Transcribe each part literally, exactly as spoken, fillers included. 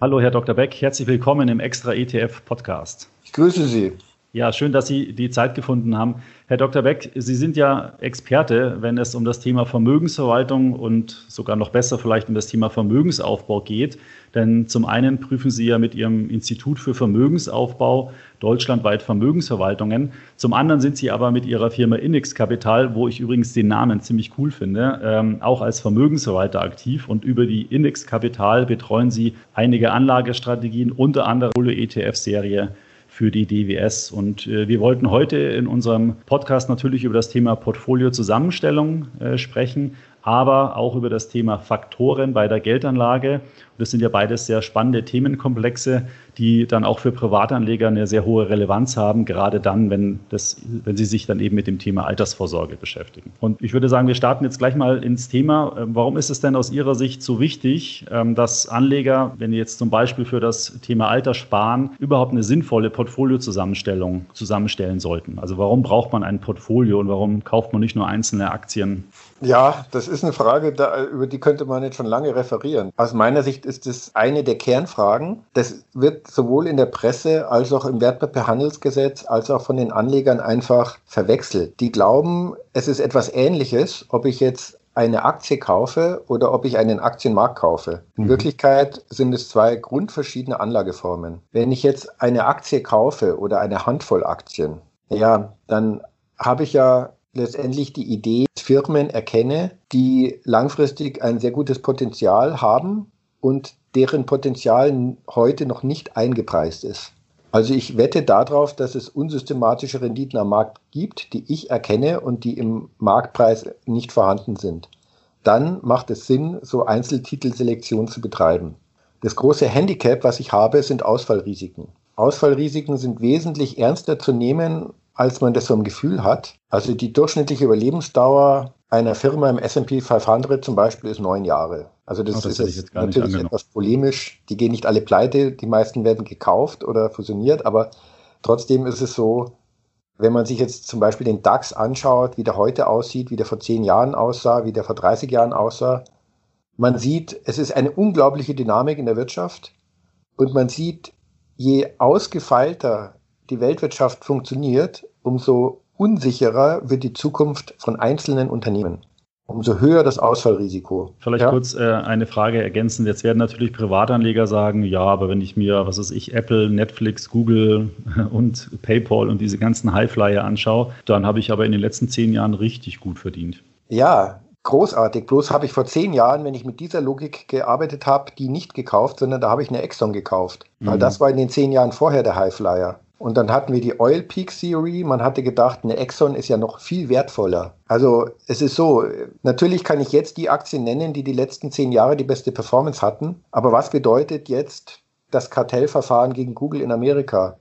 Hallo Herr Doktor Beck, herzlich willkommen im Extra E T F-Podcast. Ich grüße Sie. Ja, schön, dass Sie die Zeit gefunden haben. Herr Doktor Beck, Sie sind ja Experte, wenn es um das Thema Vermögensverwaltung und sogar noch besser vielleicht um das Thema Vermögensaufbau geht. Denn zum einen prüfen Sie ja mit Ihrem Institut für Vermögensaufbau deutschlandweit Vermögensverwaltungen. Zum anderen sind Sie aber mit Ihrer Firma Innex Capital, wo ich übrigens den Namen ziemlich cool finde, ähm, auch als Vermögensverwalter aktiv. Und über die Innex Capital betreuen Sie einige Anlagestrategien, unter anderem die E T F-Serie für die D W S. Und äh, wir wollten heute in unserem Podcast natürlich über das Thema Portfolio-Zusammenstellung äh, sprechen, aber auch über das Thema Faktoren bei der Geldanlage. Und das sind ja beides sehr spannende Themenkomplexe, die dann auch für Privatanleger eine sehr hohe Relevanz haben, gerade dann, wenn, das, wenn sie sich dann eben mit dem Thema Altersvorsorge beschäftigen. Und ich würde sagen, wir starten jetzt gleich mal ins Thema. Warum ist es denn aus Ihrer Sicht so wichtig, dass Anleger, wenn die jetzt zum Beispiel für das Thema Alterssparen überhaupt eine sinnvolle Portfoliozusammenstellung zusammenstellen sollten? Also warum braucht man ein Portfolio und warum kauft man nicht nur einzelne Aktien? Ja, das ist eine Frage, da, über die könnte man jetzt schon lange referieren. Aus meiner Sicht ist es eine der Kernfragen. Das wird sowohl in der Presse als auch im Wertpapierhandelsgesetz als auch von den Anlegern einfach verwechselt. Die glauben, es ist etwas Ähnliches, ob ich jetzt eine Aktie kaufe oder ob ich einen Aktienmarkt kaufe. In mhm. Wirklichkeit sind es zwei grundverschiedene Anlageformen. Wenn ich jetzt eine Aktie kaufe oder eine Handvoll Aktien, ja, dann habe ich ja letztendlich die Idee, dass Firmen erkenne, die langfristig ein sehr gutes Potenzial haben und deren Potenzial heute noch nicht eingepreist ist. Also ich wette darauf, dass es unsystematische Renditen am Markt gibt, die ich erkenne und die im Marktpreis nicht vorhanden sind. Dann macht es Sinn, so Einzeltitelselektion zu betreiben. Das große Handicap, was ich habe, sind Ausfallrisiken. Ausfallrisiken sind wesentlich ernster zu nehmen, als man das so im Gefühl hat. Also die durchschnittliche Überlebensdauer einer Firma im S and P fünfhundert zum Beispiel ist neun Jahre. Also das, oh, das ist jetzt natürlich etwas polemisch. Die gehen nicht alle pleite, die meisten werden gekauft oder fusioniert, aber trotzdem ist es so, wenn man sich jetzt zum Beispiel den DAX anschaut, wie der heute aussieht, wie der vor zehn Jahren aussah, wie der vor dreißig Jahren aussah, man sieht, es ist eine unglaubliche Dynamik in der Wirtschaft und man sieht, je ausgefeilter die Weltwirtschaft funktioniert, umso unsicherer wird die Zukunft von einzelnen Unternehmen. Umso höher das Ausfallrisiko. Vielleicht ja? kurz äh, eine Frage ergänzend. Jetzt werden natürlich Privatanleger sagen, ja, aber wenn ich mir, was weiß ich, Apple, Netflix, Google und PayPal und diese ganzen Highflyer anschaue, dann habe ich aber in den letzten zehn Jahren richtig gut verdient. Ja, großartig. Bloß habe ich vor zehn Jahren, wenn ich mit dieser Logik gearbeitet habe, die nicht gekauft, sondern da habe ich eine Exxon gekauft. Mhm. Weil das war in den zehn Jahren vorher der Highflyer. Und dann hatten wir die Oil Peak Theory. Man hatte gedacht, eine Exxon ist ja noch viel wertvoller. Also es ist so, natürlich kann ich jetzt die Aktien nennen, die die letzten zehn Jahre die beste Performance hatten. Aber was bedeutet jetzt das Kartellverfahren gegen Google in Amerika?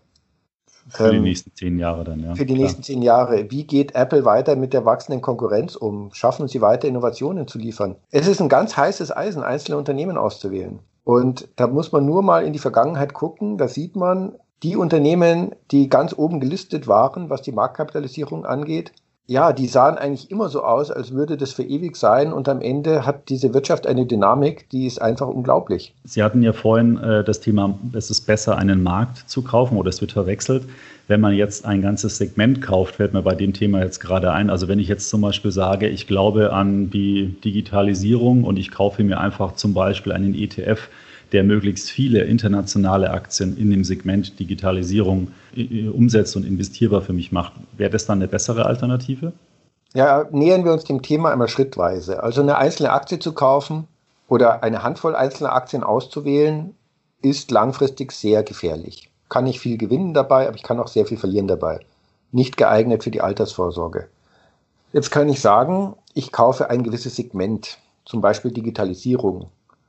Für ähm, die nächsten zehn Jahre dann, ja. Für die klar. nächsten zehn Jahre. Wie geht Apple weiter mit der wachsenden Konkurrenz um? Schaffen sie weiter, Innovationen zu liefern? Es ist ein ganz heißes Eisen, einzelne Unternehmen auszuwählen. Und da muss man nur mal in die Vergangenheit gucken. Da sieht man, die Unternehmen, die ganz oben gelistet waren, was die Marktkapitalisierung angeht, ja, die sahen eigentlich immer so aus, als würde das für ewig sein. Und am Ende hat diese Wirtschaft eine Dynamik, die ist einfach unglaublich. Sie hatten ja vorhin äh, das Thema, es ist besser, einen Markt zu kaufen oder es wird verwechselt. Wenn man jetzt ein ganzes Segment kauft, fällt mir bei dem Thema jetzt gerade ein. Also wenn ich jetzt zum Beispiel sage, ich glaube an die Digitalisierung und ich kaufe mir einfach zum Beispiel einen E T F, der möglichst viele internationale Aktien in dem Segment Digitalisierung umsetzt und investierbar für mich macht. Wäre das dann eine bessere Alternative? Ja, nähern wir uns dem Thema einmal schrittweise. Also eine einzelne Aktie zu kaufen oder eine Handvoll einzelner Aktien auszuwählen, ist langfristig sehr gefährlich. Kann ich viel gewinnen dabei, aber ich kann auch sehr viel verlieren dabei. Nicht geeignet für die Altersvorsorge. Jetzt kann ich sagen, ich kaufe ein gewisses Segment, zum Beispiel Digitalisierung.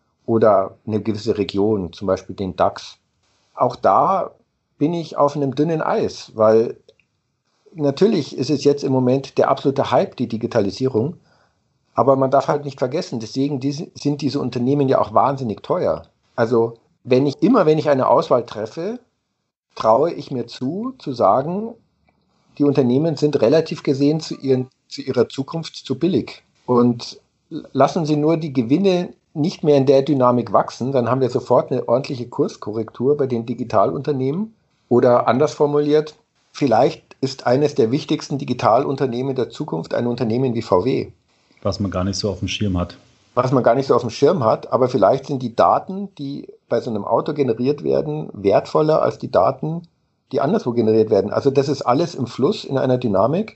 Oder eine gewisse Region, zum Beispiel den DAX. Auch da bin ich auf einem dünnen Eis, weil natürlich ist es jetzt im Moment der absolute Hype, die Digitalisierung, aber man darf halt nicht vergessen, deswegen sind diese Unternehmen ja auch wahnsinnig teuer. Also wenn ich immer, wenn ich eine Auswahl treffe, traue ich mir zu, zu sagen, die Unternehmen sind relativ gesehen zu, ihren, zu ihrer Zukunft zu billig. Und lassen Sie nur die Gewinne nicht mehr in der Dynamik wachsen, dann haben wir sofort eine ordentliche Kurskorrektur bei den Digitalunternehmen. Oder anders formuliert, vielleicht ist eines der wichtigsten Digitalunternehmen der Zukunft ein Unternehmen wie V W. Was man gar nicht so auf dem Schirm hat. Was man gar nicht so auf dem Schirm hat, aber vielleicht sind die Daten, die bei so einem Auto generiert werden, wertvoller als die Daten, die anderswo generiert werden. Also das ist alles im Fluss, in einer Dynamik.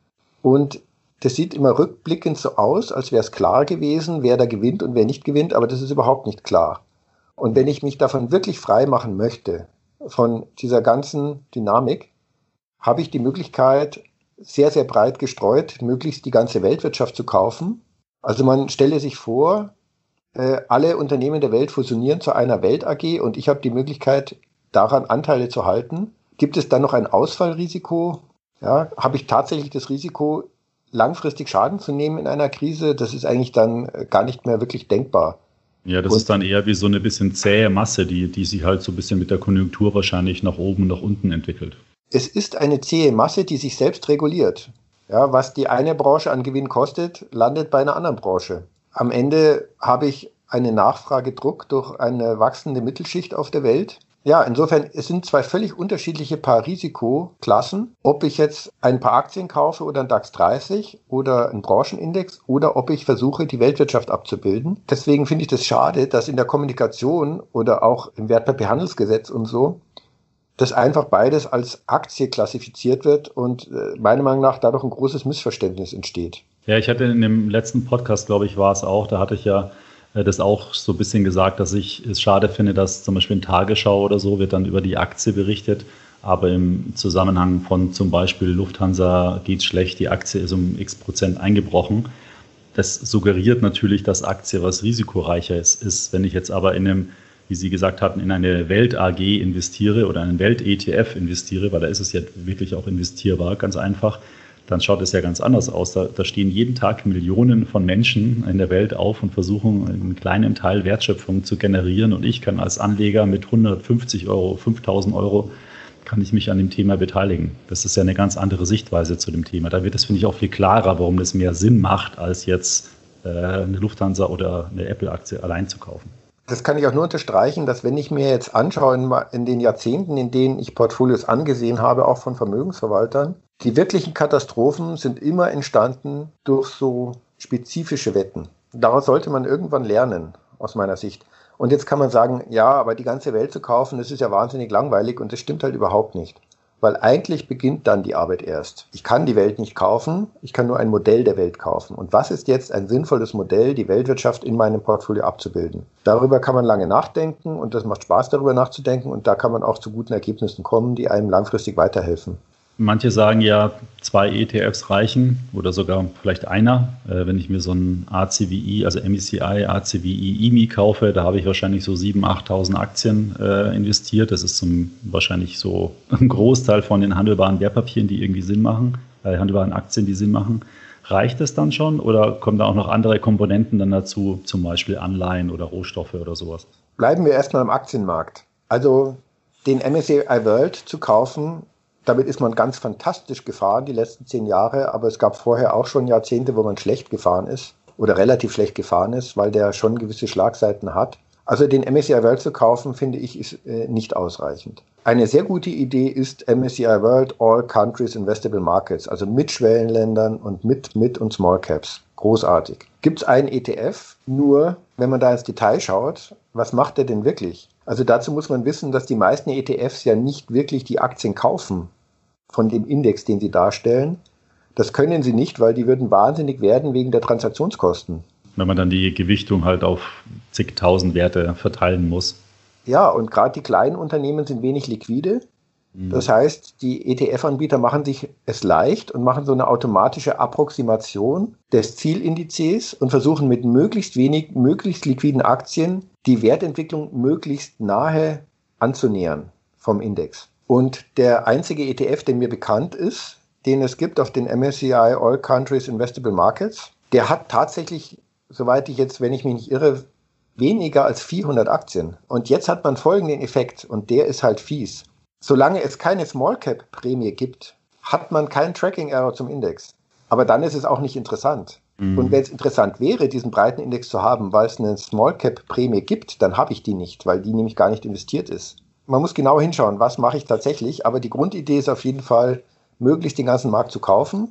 Und das sieht immer rückblickend so aus, als wäre es klar gewesen, wer da gewinnt und wer nicht gewinnt, aber das ist überhaupt nicht klar. Und wenn ich mich davon wirklich frei machen möchte, von dieser ganzen Dynamik, habe ich die Möglichkeit, sehr, sehr breit gestreut, möglichst die ganze Weltwirtschaft zu kaufen. Also man stelle sich vor, äh, alle Unternehmen der Welt fusionieren zu einer Welt-A G und ich habe die Möglichkeit, daran Anteile zu halten. Gibt es dann noch ein Ausfallrisiko? Ja, habe ich tatsächlich das Risiko, langfristig Schaden zu nehmen in einer Krise? Das ist eigentlich dann gar nicht mehr wirklich denkbar. Ja, das und ist dann eher wie so eine bisschen zähe Masse, die, die sich halt so ein bisschen mit der Konjunktur wahrscheinlich nach oben und nach unten entwickelt. Es ist eine zähe Masse, die sich selbst reguliert. Ja, was die eine Branche an Gewinn kostet, landet bei einer anderen Branche. Am Ende habe ich einen Nachfragedruck durch eine wachsende Mittelschicht auf der Welt. Ja, insofern, es sind zwei völlig unterschiedliche Paar Risikoklassen, ob ich jetzt ein paar Aktien kaufe oder ein DAX dreißig oder einen Branchenindex oder ob ich versuche, die Weltwirtschaft abzubilden. Deswegen finde ich das schade, dass in der Kommunikation oder auch im Wertpapierhandelsgesetz und so, dass einfach beides als Aktie klassifiziert wird und äh, meiner Meinung nach dadurch ein großes Missverständnis entsteht. Ja, ich hatte in dem letzten Podcast, glaube ich, war es auch, da hatte ich ja das auch so ein bisschen gesagt, dass ich es schade finde, dass zum Beispiel in Tagesschau oder so wird dann über die Aktie berichtet, aber im Zusammenhang von zum Beispiel Lufthansa geht's schlecht, die Aktie ist um x Prozent eingebrochen. Das suggeriert natürlich, dass Aktie was risikoreicher ist, ist. Wenn ich jetzt aber in einem, wie Sie gesagt hatten, in eine Welt-A G investiere oder einen Welt-E T F investiere, weil da ist es ja wirklich auch investierbar, ganz einfach, dann schaut es ja ganz anders aus. Da, da stehen jeden Tag Millionen von Menschen in der Welt auf und versuchen, einen kleinen Teil Wertschöpfung zu generieren. Und ich kann als Anleger mit hundertfünfzig Euro, fünftausend Euro, kann ich mich an dem Thema beteiligen. Das ist ja eine ganz andere Sichtweise zu dem Thema. Da wird es, finde ich, auch viel klarer, warum das mehr Sinn macht, als jetzt äh, eine Lufthansa oder eine Apple-Aktie allein zu kaufen. Das kann ich auch nur unterstreichen, dass wenn ich mir jetzt anschaue, in, in den Jahrzehnten, in denen ich Portfolios angesehen habe, auch von Vermögensverwaltern, die wirklichen Katastrophen sind immer entstanden durch so spezifische Wetten. Daraus sollte man irgendwann lernen, aus meiner Sicht. Und jetzt kann man sagen, ja, aber die ganze Welt zu kaufen, das ist ja wahnsinnig langweilig und das stimmt halt überhaupt nicht. Weil eigentlich beginnt dann die Arbeit erst. Ich kann die Welt nicht kaufen, ich kann nur ein Modell der Welt kaufen. Und was ist jetzt ein sinnvolles Modell, die Weltwirtschaft in meinem Portfolio abzubilden? Darüber kann man lange nachdenken und das macht Spaß, darüber nachzudenken. Und da kann man auch zu guten Ergebnissen kommen, die einem langfristig weiterhelfen. Manche sagen ja, zwei E T Fs reichen oder sogar vielleicht einer. Äh, wenn ich mir so ein A C V I, also M S C I, A C V I, I M I kaufe, da habe ich wahrscheinlich so siebentausend, achttausend Aktien äh, investiert. Das ist zum, wahrscheinlich so ein Großteil von den handelbaren Wertpapieren, die irgendwie Sinn machen, äh, handelbaren Aktien, die Sinn machen. Reicht es dann schon oder kommen da auch noch andere Komponenten dann dazu, zum Beispiel Anleihen oder Rohstoffe oder sowas? Bleiben wir erstmal im Aktienmarkt. Also den M S C I World zu kaufen, damit ist man ganz fantastisch gefahren die letzten zehn Jahre, aber es gab vorher auch schon Jahrzehnte, wo man schlecht gefahren ist oder relativ schlecht gefahren ist, weil der schon gewisse Schlagseiten hat. Also den M S C I World zu kaufen, finde ich, ist äh, nicht ausreichend. Eine sehr gute Idee ist M S C I World All Countries Investable Markets, also mit Schwellenländern und mit Mid- und Small Caps. Großartig. Gibt es einen E T F? Nur, wenn man da ins Detail schaut, was macht der denn wirklich? Also dazu muss man wissen, dass die meisten E T Fs ja nicht wirklich die Aktien kaufen von dem Index, den sie darstellen. Das können sie nicht, weil die würden wahnsinnig werden wegen der Transaktionskosten. Wenn man dann die Gewichtung halt auf zigtausend Werte verteilen muss. Ja, und gerade die kleinen Unternehmen sind wenig liquide. Das heißt, die E T F-Anbieter machen sich es leicht und machen so eine automatische Approximation des Zielindizes und versuchen mit möglichst wenig, möglichst liquiden Aktien die Wertentwicklung möglichst nahe anzunähern vom Index. Und der einzige E T F, der mir bekannt ist, den es gibt auf den M S C I All Countries Investable Markets, der hat tatsächlich, soweit ich jetzt, wenn ich mich nicht irre, weniger als vierhundert Aktien. Und jetzt hat man folgenden Effekt und der ist halt fies. Solange es keine Small-Cap-Prämie gibt, hat man keinen Tracking-Error zum Index. Aber dann ist es auch nicht interessant. Mhm. Und wenn es interessant wäre, diesen breiten Index zu haben, weil es eine Small-Cap-Prämie gibt, dann habe ich die nicht, weil die nämlich gar nicht investiert ist. Man muss genau hinschauen, was mache ich tatsächlich, aber die Grundidee ist auf jeden Fall, möglichst den ganzen Markt zu kaufen.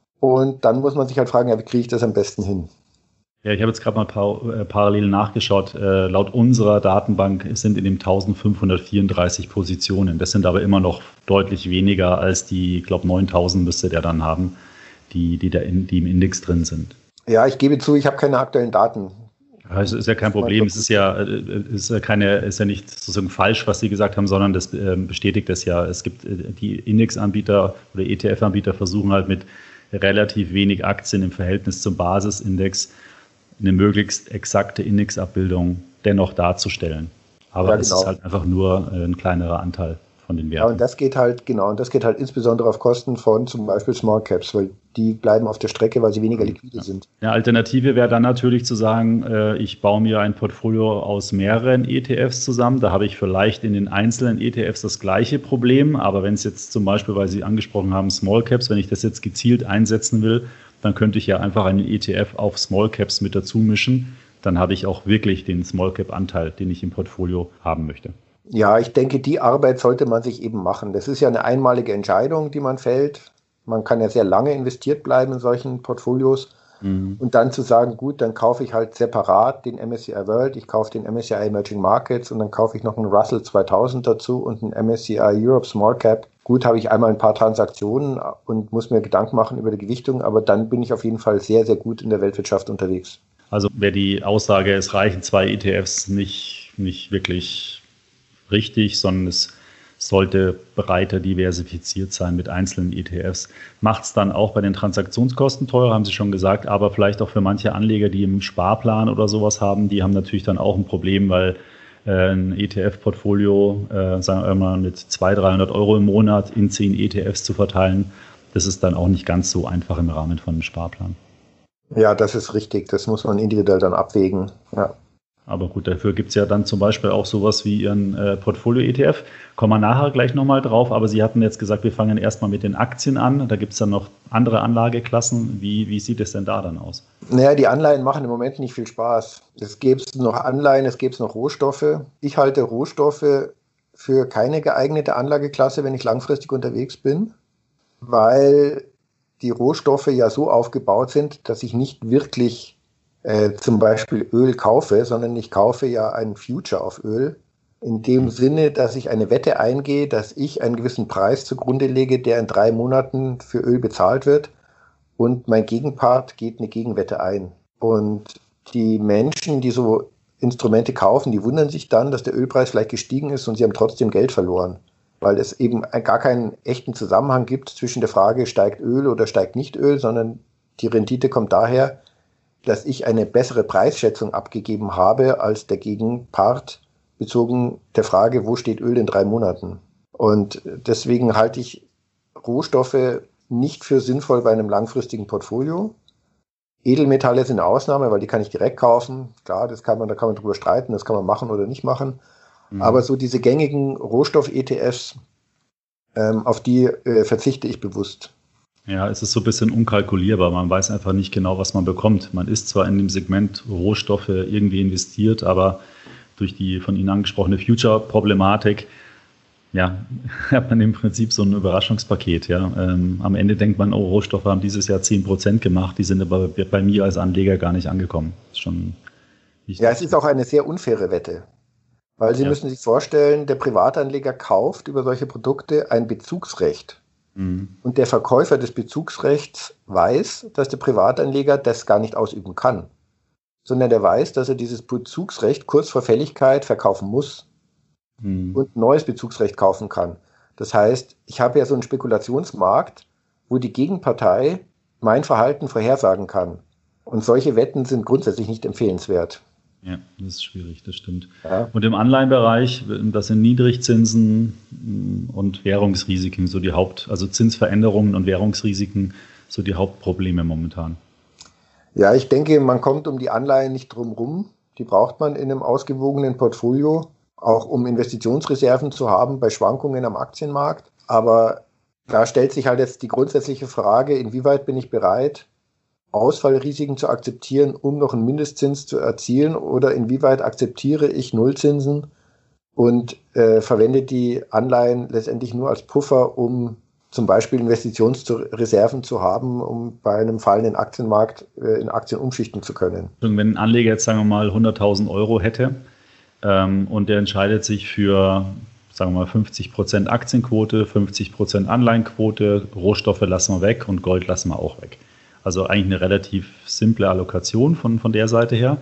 Und dann muss man sich halt fragen, ja, wie kriege ich das am besten hin? Ja, ich habe jetzt gerade mal par äh, parallel nachgeschaut. Äh, laut unserer Datenbank sind in dem eintausendfünfhundertvierunddreißig Positionen. Das sind aber immer noch deutlich weniger als die, ich glaube, neuntausend müsste der dann haben, die, die, da in, die im Index drin sind. Ja, ich gebe zu, ich habe keine aktuellen Daten. Ja, es ist ja kein Problem. Es ist ja, ist ja keine, ist ja nicht sozusagen falsch, was Sie gesagt haben, sondern das äh, bestätigt es ja. Es gibt äh, die Indexanbieter oder E T F-Anbieter versuchen halt mit relativ wenig Aktien im Verhältnis zum Basisindex eine möglichst exakte Indexabbildung dennoch darzustellen. Aber ja, genau. Es ist halt einfach nur ein kleinerer Anteil von den Werten. Ja, und das geht halt, genau, und das geht halt insbesondere auf Kosten von zum Beispiel Small Caps, weil die bleiben auf der Strecke, weil sie weniger liquide ja. sind. Eine Alternative wäre dann natürlich zu sagen, äh, ich baue mir ein Portfolio aus mehreren E T Fs zusammen. Da habe ich vielleicht in den einzelnen E T Fs das gleiche Problem, aber wenn es jetzt zum Beispiel, weil Sie angesprochen haben, Small Caps, wenn ich das jetzt gezielt einsetzen will, dann könnte ich ja einfach einen E T F auf Small Caps mit dazu mischen. Dann habe ich auch wirklich den Small Cap Anteil, den ich im Portfolio haben möchte. Ja, ich denke, die Arbeit sollte man sich eben machen. Das ist ja eine einmalige Entscheidung, die man fällt. Man kann ja sehr lange investiert bleiben in solchen Portfolios. Mhm. Und dann zu sagen, gut, dann kaufe ich halt separat den M S C I World, ich kaufe den M S C I Emerging Markets und dann kaufe ich noch einen Russell zweitausend dazu und einen M S C I Europe Small Cap. Gut, habe ich einmal ein paar Transaktionen und muss mir Gedanken machen über die Gewichtung, aber dann bin ich auf jeden Fall sehr, sehr gut in der Weltwirtschaft unterwegs. Also wäre die Aussage, es reichen zwei E T Fs nicht, nicht wirklich richtig, sondern es sollte breiter diversifiziert sein mit einzelnen E T Fs. Macht es dann auch bei den Transaktionskosten teurer, haben Sie schon gesagt, aber vielleicht auch für manche Anleger, die im Sparplan oder sowas haben, die haben natürlich dann auch ein Problem, weil äh, ein E T F-Portfolio, äh, sagen wir mal, mit zweihundert, dreihundert Euro im Monat in zehn E T Fs zu verteilen, das ist dann auch nicht ganz so einfach im Rahmen von einem Sparplan. Ja, das ist richtig. Das muss man individuell dann abwägen. Ja. Aber gut, dafür gibt es ja dann zum Beispiel auch sowas wie Ihren äh, Portfolio-E T F. Kommen wir nachher gleich nochmal drauf. Aber Sie hatten jetzt gesagt, wir fangen erstmal mit den Aktien an. Da gibt es dann noch andere Anlageklassen. Wie, wie sieht es denn da dann aus? Naja, die Anleihen machen im Moment nicht viel Spaß. Es gibt noch Anleihen, es gibt noch Rohstoffe. Ich halte Rohstoffe für keine geeignete Anlageklasse, wenn ich langfristig unterwegs bin, weil die Rohstoffe ja so aufgebaut sind, dass ich nicht wirklich äh, zum Beispiel Öl kaufe, sondern ich kaufe ja einen Future auf Öl. In dem Sinne, dass ich eine Wette eingehe, dass ich einen gewissen Preis zugrunde lege, der in drei Monaten für Öl bezahlt wird und mein Gegenpart geht eine Gegenwette ein. Und die Menschen, die so Instrumente kaufen, die wundern sich dann, dass der Ölpreis vielleicht gestiegen ist und sie haben trotzdem Geld verloren, weil es eben gar keinen echten Zusammenhang gibt zwischen der Frage, steigt Öl oder steigt nicht Öl, sondern die Rendite kommt daher, dass ich eine bessere Preisschätzung abgegeben habe als der Gegenpart, bezogen der Frage, wo steht Öl in drei Monaten. Und deswegen halte ich Rohstoffe nicht für sinnvoll bei einem langfristigen Portfolio. Edelmetalle sind eine Ausnahme, weil die kann ich direkt kaufen. Klar, das kann man, da kann man drüber streiten, das kann man machen oder nicht machen. Mhm. Aber so diese gängigen Rohstoff-E T Fs, ähm, auf die äh, verzichte ich bewusst. Ja, es ist so ein bisschen unkalkulierbar. Man weiß einfach nicht genau, was man bekommt. Man ist zwar in dem Segment Rohstoffe irgendwie investiert, aber durch die von Ihnen angesprochene Future-Problematik, ja, hat man im Prinzip so ein Überraschungspaket. Ja. Ähm, am Ende denkt man, oh, Rohstoffe haben dieses Jahr zehn Prozent gemacht, die sind aber bei mir als Anleger gar nicht angekommen. Das ist schon wichtig. Ja, es ist auch eine sehr unfaire Wette, weil Sie ja. müssen sich vorstellen, der Privatanleger kauft über solche Produkte ein Bezugsrecht. Mhm. Und der Verkäufer des Bezugsrechts weiß, dass der Privatanleger das gar nicht ausüben kann, sondern der weiß, dass er dieses Bezugsrecht kurz vor Fälligkeit verkaufen muss hm. und neues Bezugsrecht kaufen kann. Das heißt, ich habe ja so einen Spekulationsmarkt, wo die Gegenpartei mein Verhalten vorhersagen kann. Und solche Wetten sind grundsätzlich nicht empfehlenswert. Ja, das ist schwierig, das stimmt. Ja. Und im Anleihenbereich, das sind Niedrigzinsen und Währungsrisiken, so die Haupt, also Zinsveränderungen und Währungsrisiken, so die Hauptprobleme momentan. Ja, ich denke, man kommt um die Anleihen nicht drum rum. Die braucht man in einem ausgewogenen Portfolio, auch um Investitionsreserven zu haben bei Schwankungen am Aktienmarkt. Aber da stellt sich halt jetzt die grundsätzliche Frage, inwieweit bin ich bereit, Ausfallrisiken zu akzeptieren, um noch einen Mindestzins zu erzielen, oder inwieweit akzeptiere ich Nullzinsen und äh, verwende die Anleihen letztendlich nur als Puffer, um zum Beispiel Investitionsreserven zu haben, um bei einem fallenden Aktienmarkt äh, in Aktien umschichten zu können. Wenn ein Anleger jetzt, sagen wir mal, hunderttausend Euro hätte ähm, und der entscheidet sich für, sagen wir mal, fünfzig Prozent Aktienquote, fünfzig Prozent Anleihenquote, Rohstoffe lassen wir weg und Gold lassen wir auch weg. Also eigentlich eine relativ simple Allokation von, von der Seite her.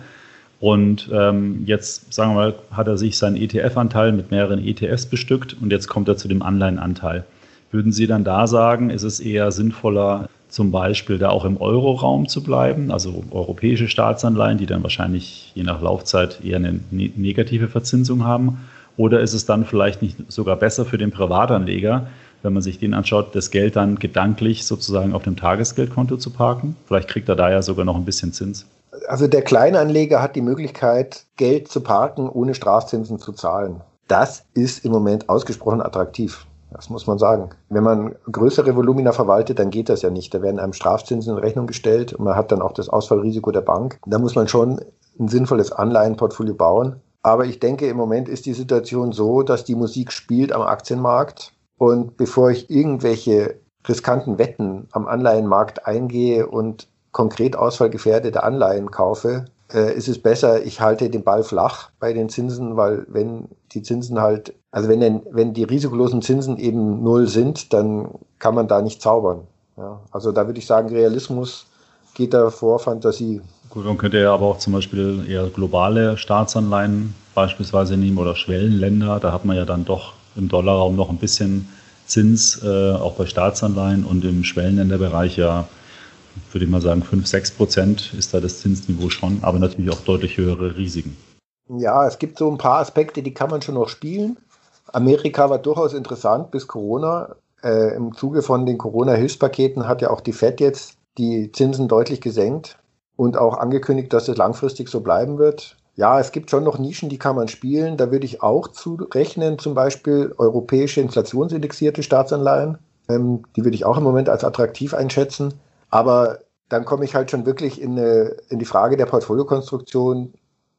Und ähm, jetzt, sagen wir mal, hat er sich seinen E T F-Anteil mit mehreren E T Fs bestückt und jetzt kommt er zu dem Anleihenanteil. Würden Sie dann da sagen, ist es eher sinnvoller, zum Beispiel da auch im Euroraum zu bleiben, also europäische Staatsanleihen, die dann wahrscheinlich je nach Laufzeit eher eine ne- negative Verzinsung haben? Oder ist es dann vielleicht nicht sogar besser für den Privatanleger, wenn man sich den anschaut, das Geld dann gedanklich sozusagen auf dem Tagesgeldkonto zu parken? Vielleicht kriegt er da ja sogar noch ein bisschen Zins. Also der Kleinanleger hat die Möglichkeit, Geld zu parken, ohne Strafzinsen zu zahlen. Das ist im Moment ausgesprochen attraktiv. Das muss man sagen. Wenn man größere Volumina verwaltet, dann geht das ja nicht. Da werden einem Strafzinsen in Rechnung gestellt und man hat dann auch das Ausfallrisiko der Bank. Da muss man schon ein sinnvolles Anleihenportfolio bauen. Aber ich denke, im Moment ist die Situation so, dass die Musik spielt am Aktienmarkt. Und bevor ich irgendwelche riskanten Wetten am Anleihenmarkt eingehe und konkret ausfallgefährdete Anleihen kaufe, äh, ist es besser, ich halte den Ball flach bei den Zinsen, weil wenn die Zinsen halt, also wenn, denn, wenn die risikolosen Zinsen eben null sind, dann kann man da nicht zaubern. Ja, also da würde ich sagen, Realismus geht da vor Fantasie. Gut, man könnte ja aber auch zum Beispiel eher globale Staatsanleihen beispielsweise nehmen oder Schwellenländer. Da hat man ja dann doch im Dollarraum noch ein bisschen Zins, äh, auch bei Staatsanleihen, und im Schwellenländerbereich ja, würde ich mal sagen, fünf, sechs Prozent ist da das Zinsniveau schon, aber natürlich auch deutlich höhere Risiken. Ja, es gibt so ein paar Aspekte, die kann man schon noch spielen. Amerika war durchaus interessant bis Corona. Äh, Im Zuge von den Corona-Hilfspaketen hat ja auch die Fed jetzt die Zinsen deutlich gesenkt und auch angekündigt, dass es langfristig so bleiben wird. Ja, es gibt schon noch Nischen, die kann man spielen. Da würde ich auch zurechnen, zum Beispiel europäische inflationsindexierte Staatsanleihen. Ähm, die würde ich auch im Moment als attraktiv einschätzen. Aber dann komme ich halt schon wirklich in, eine, in die Frage der Portfoliokonstruktion,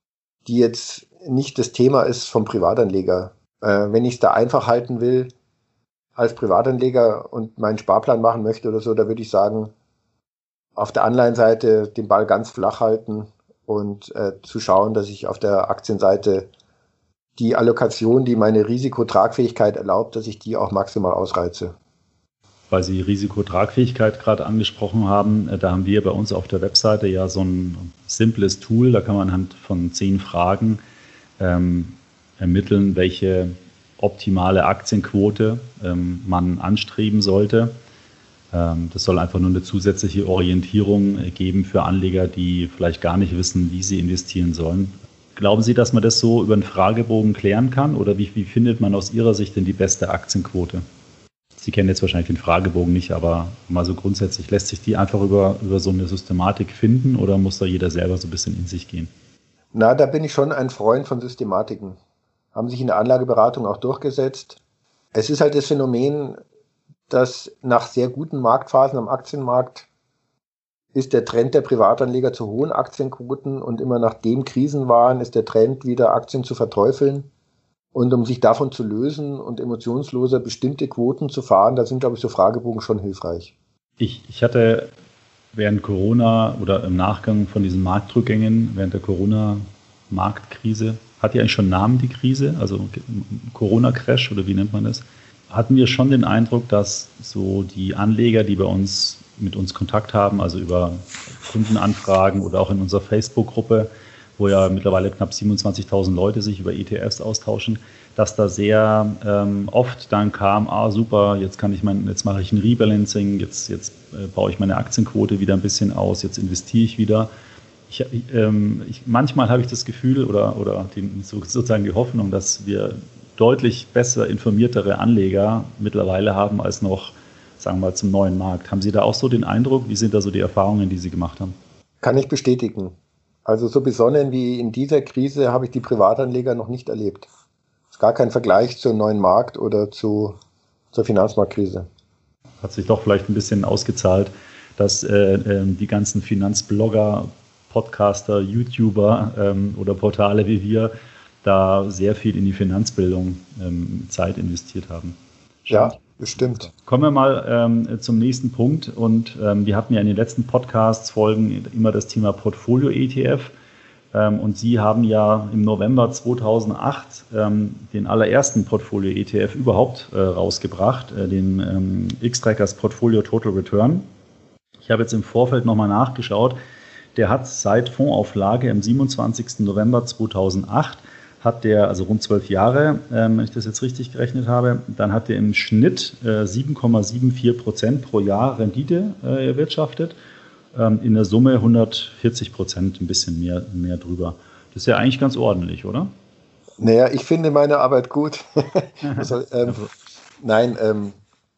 die jetzt nicht das Thema ist vom Privatanleger. Äh, wenn ich es da einfach halten will als Privatanleger und meinen Sparplan machen möchte oder so, da würde ich sagen, auf der Anleihenseite den Ball ganz flach halten und äh, zu schauen, dass ich auf der Aktienseite die Allokation, die meine Risikotragfähigkeit erlaubt, dass ich die auch maximal ausreize. Weil Sie Risikotragfähigkeit gerade angesprochen haben, da haben wir bei uns auf der Webseite ja so ein simples Tool, da kann man anhand von zehn Fragen ähm, ermitteln, welche optimale Aktienquote ähm, man anstreben sollte. Ähm, das soll einfach nur eine zusätzliche Orientierung geben für Anleger, die vielleicht gar nicht wissen, wie sie investieren sollen. Glauben Sie, dass man das so über einen Fragebogen klären kann, oder wie, wie findet man aus Ihrer Sicht denn die beste Aktienquote? Sie kennen jetzt wahrscheinlich den Fragebogen nicht, aber mal so grundsätzlich, lässt sich die einfach über, über so eine Systematik finden, oder muss da jeder selber so ein bisschen in sich gehen? Na, da bin ich schon ein Freund von Systematiken. Haben sich in der Anlageberatung auch durchgesetzt. Es ist halt das Phänomen, dass nach sehr guten Marktphasen am Aktienmarkt ist der Trend der Privatanleger zu hohen Aktienquoten, und immer nachdem Krisen waren, ist der Trend wieder Aktien zu verteufeln. Und um sich davon zu lösen und emotionsloser bestimmte Quoten zu fahren, da sind, glaube ich, so Fragebogen schon hilfreich. Ich, ich hatte während Corona oder im Nachgang von diesen Marktrückgängen, während der Corona-Marktkrise, hat die eigentlich schon einen Namen, die Krise? Also Corona-Crash, oder wie nennt man das? Hatten wir schon den Eindruck, dass so die Anleger, die bei uns mit uns Kontakt haben, also über Kundenanfragen oder auch in unserer Facebook-Gruppe, wo ja mittlerweile knapp siebenundzwanzigtausend Leute sich über E T Fs austauschen, dass da sehr ähm, oft dann kam, ah super, jetzt kann ich mein, jetzt mache ich ein Rebalancing, jetzt, jetzt äh, baue ich meine Aktienquote wieder ein bisschen aus, jetzt investiere ich wieder. Ich, ähm, ich, manchmal habe ich das Gefühl oder, oder die, sozusagen die Hoffnung, dass wir deutlich besser informiertere Anleger mittlerweile haben als noch, sagen wir mal, zum neuen Markt. Haben Sie da auch so den Eindruck? Wie sind da so die Erfahrungen, die Sie gemacht haben? Kann ich bestätigen. Also so besonnen wie in dieser Krise habe ich die Privatanleger noch nicht erlebt. Das ist gar kein Vergleich zum neuen Markt oder zu, zur Finanzmarktkrise. Hat sich doch vielleicht ein bisschen ausgezahlt, dass äh, äh, die ganzen Finanzblogger, Podcaster, YouTuber ähm, oder Portale wie wir da sehr viel in die Finanzbildung ähm, Zeit investiert haben. Ja, bestimmt. Kommen wir mal ähm, zum nächsten Punkt. Und ähm, wir hatten ja in den letzten Podcasts-Folgen immer das Thema Portfolio-E T F. Ähm, und Sie haben ja im November zweitausendacht ähm, den allerersten Portfolio-E T F überhaupt äh, rausgebracht, äh, den ähm, X-Trackers Portfolio Total Return. Ich habe jetzt im Vorfeld nochmal nachgeschaut. Der hat seit Fondsauflage am siebenundzwanzigsten November zweitausendacht hat der, also rund zwölf Jahre, ähm, wenn ich das jetzt richtig gerechnet habe, dann hat der im Schnitt äh, sieben Komma vierundsiebzig Prozent pro Jahr Rendite äh, erwirtschaftet. Ähm, in der Summe hundertvierzig Prozent, ein bisschen mehr, mehr drüber. Das ist ja eigentlich ganz ordentlich, oder? Naja, ich finde meine Arbeit gut. also, ähm, nein, ähm,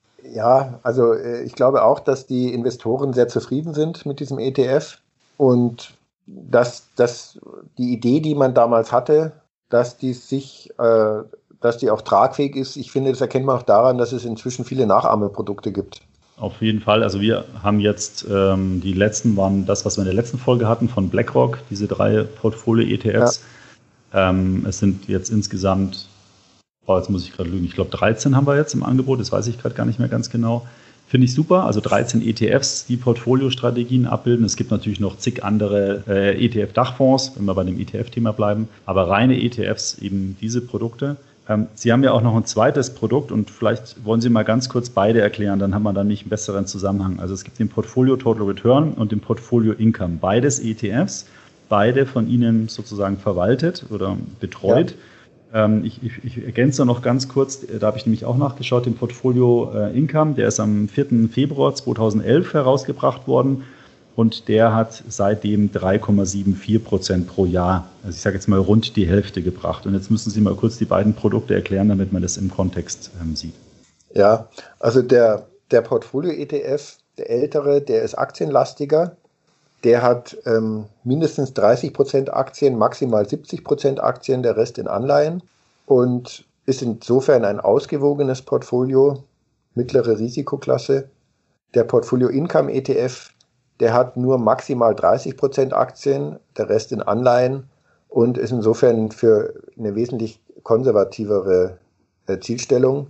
ja, also äh, ich glaube auch, dass die Investoren sehr zufrieden sind mit diesem E T F und dass, dass die Idee, die man damals hatte, dass die sich, äh, dass die auch tragfähig ist. Ich finde, das erkennt man auch daran, dass es inzwischen viele Nachahmeprodukte gibt. Auf jeden Fall. Also wir haben jetzt, ähm, die letzten waren das, was wir in der letzten Folge hatten von BlackRock, diese drei Portfolio-E T Fs. Ja. Ähm, es sind jetzt insgesamt, oh, jetzt muss ich gerade lügen, ich glaube dreizehn haben wir jetzt im Angebot, das weiß ich gerade gar nicht mehr ganz genau. Finde ich super, also dreizehn E T Fs, die Portfoliostrategien abbilden. Es gibt natürlich noch zig andere äh, E T F-Dachfonds, wenn wir bei dem E T F-Thema bleiben, aber reine E T Fs eben diese Produkte. Ähm, Sie haben ja auch noch ein zweites Produkt und vielleicht wollen Sie mal ganz kurz beide erklären, dann haben wir dann nicht einen besseren Zusammenhang. Also es gibt den Portfolio Total Return und den Portfolio Income, beides E T Fs, beide von Ihnen sozusagen verwaltet oder betreut. Ja. Ich, ich, ich ergänze noch ganz kurz, da habe ich nämlich auch nachgeschaut, den Portfolio äh, Income, der ist am vierten Februar zweitausendelf herausgebracht worden und der hat seitdem drei Komma vierundsiebzig Prozent pro Jahr, also ich sage jetzt mal rund die Hälfte gebracht. Und jetzt müssen Sie mal kurz die beiden Produkte erklären, damit man das im Kontext ähm, sieht. Ja, also der, der Portfolio-E T F, der ältere, der ist aktienlastiger. Der hat ähm, mindestens dreißig Prozent Aktien, maximal siebzig Prozent Aktien, der Rest in Anleihen und ist insofern ein ausgewogenes Portfolio, mittlere Risikoklasse. Der Portfolio Income E T F, der hat nur maximal dreißig Prozent Aktien, der Rest in Anleihen und ist insofern für eine wesentlich konservativere äh, Zielstellung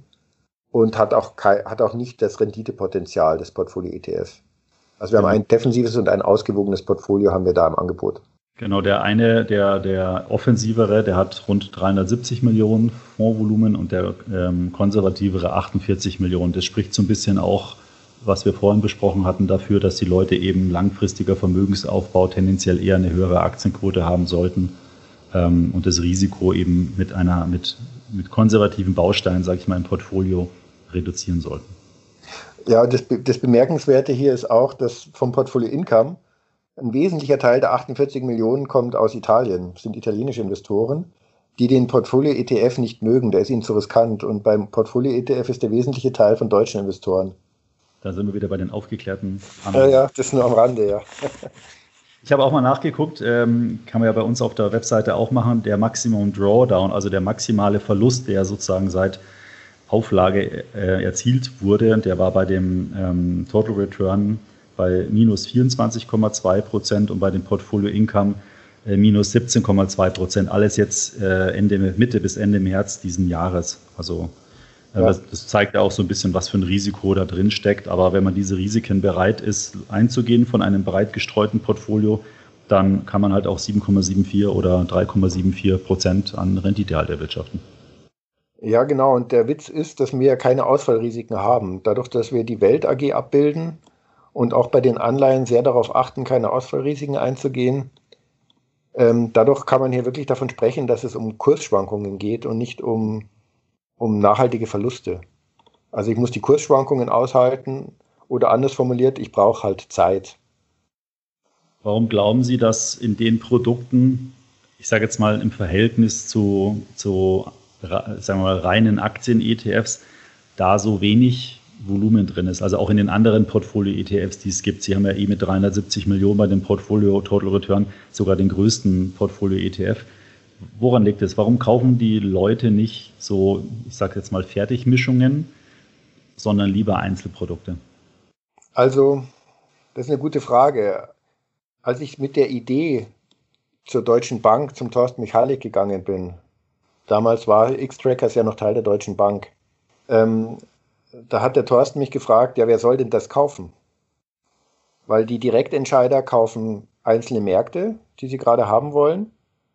und hat auch, kei- hat auch nicht das Renditepotenzial des Portfolio E T F. Also wir haben ein defensives und ein ausgewogenes Portfolio haben wir da im Angebot. Genau, der eine, der, der offensivere, der hat rund dreihundertsiebzig Millionen Fondsvolumen und der ähm, konservativere achtundvierzig Millionen. Das spricht so ein bisschen auch, was wir vorhin besprochen hatten, dafür, dass die Leute eben langfristiger Vermögensaufbau tendenziell eher eine höhere Aktienquote haben sollten ähm, und das Risiko eben mit einer mit, mit konservativen Bausteinen, sage ich mal, im Portfolio reduzieren sollten. Ja, das, das Bemerkenswerte hier ist auch, dass vom Portfolio Income ein wesentlicher Teil der achtundvierzig Millionen kommt aus Italien. Das sind italienische Investoren, die den Portfolio E T F nicht mögen. Der ist ihnen zu riskant. Und beim Portfolio E T F ist der wesentliche Teil von deutschen Investoren. Da sind wir wieder bei den aufgeklärten Anwendern. Ja, ja, das ist nur am Rande, ja. Ich habe auch mal nachgeguckt, ähm, kann man ja bei uns auf der Webseite auch machen, der Maximum Drawdown, also der maximale Verlust, der sozusagen seit Auflage äh, erzielt wurde. Der war bei dem ähm, Total Return bei minus vierundzwanzig Komma zwei Prozent und bei dem Portfolio Income äh, minus siebzehn Komma zwei Prozent. Alles jetzt äh, Ende, Mitte bis Ende März diesen Jahres. Also äh, ja. das, das zeigt ja auch so ein bisschen, was für ein Risiko da drin steckt. Aber wenn man diese Risiken bereit ist einzugehen von einem breit gestreuten Portfolio, dann kann man halt auch sieben Komma vierundsiebzig oder drei Komma vierundsiebzig Prozent an Rendite halt erwirtschaften. Ja, genau. Und der Witz ist, dass wir keine Ausfallrisiken haben. Dadurch, dass wir die Welt A G abbilden und auch bei den Anleihen sehr darauf achten, keine Ausfallrisiken einzugehen, ähm, dadurch kann man hier wirklich davon sprechen, dass es um Kursschwankungen geht und nicht um, um nachhaltige Verluste. Also ich muss die Kursschwankungen aushalten oder anders formuliert, ich brauche halt Zeit. Warum glauben Sie, dass in den Produkten, ich sage jetzt mal im Verhältnis zu, zu sagen wir mal, reinen Aktien-E T Fs, da so wenig Volumen drin ist. Also auch in den anderen Portfolio-E T Fs, die es gibt. Sie haben ja eh mit dreihundertsiebzig Millionen bei dem Portfolio Total Return sogar den größten Portfolio-E T F. Woran liegt es? Warum kaufen die Leute nicht so, ich sage jetzt mal, Fertigmischungen, sondern lieber Einzelprodukte? Also Das ist eine gute Frage. Als ich mit der Idee zur Deutschen Bank, zum Thorsten Michalik gegangen bin, damals war X-Trackers ja noch Teil der Deutschen Bank, ähm, da hat der Thorsten mich gefragt, ja, wer soll denn das kaufen? Weil die Direktentscheider kaufen einzelne Märkte, die sie gerade haben wollen,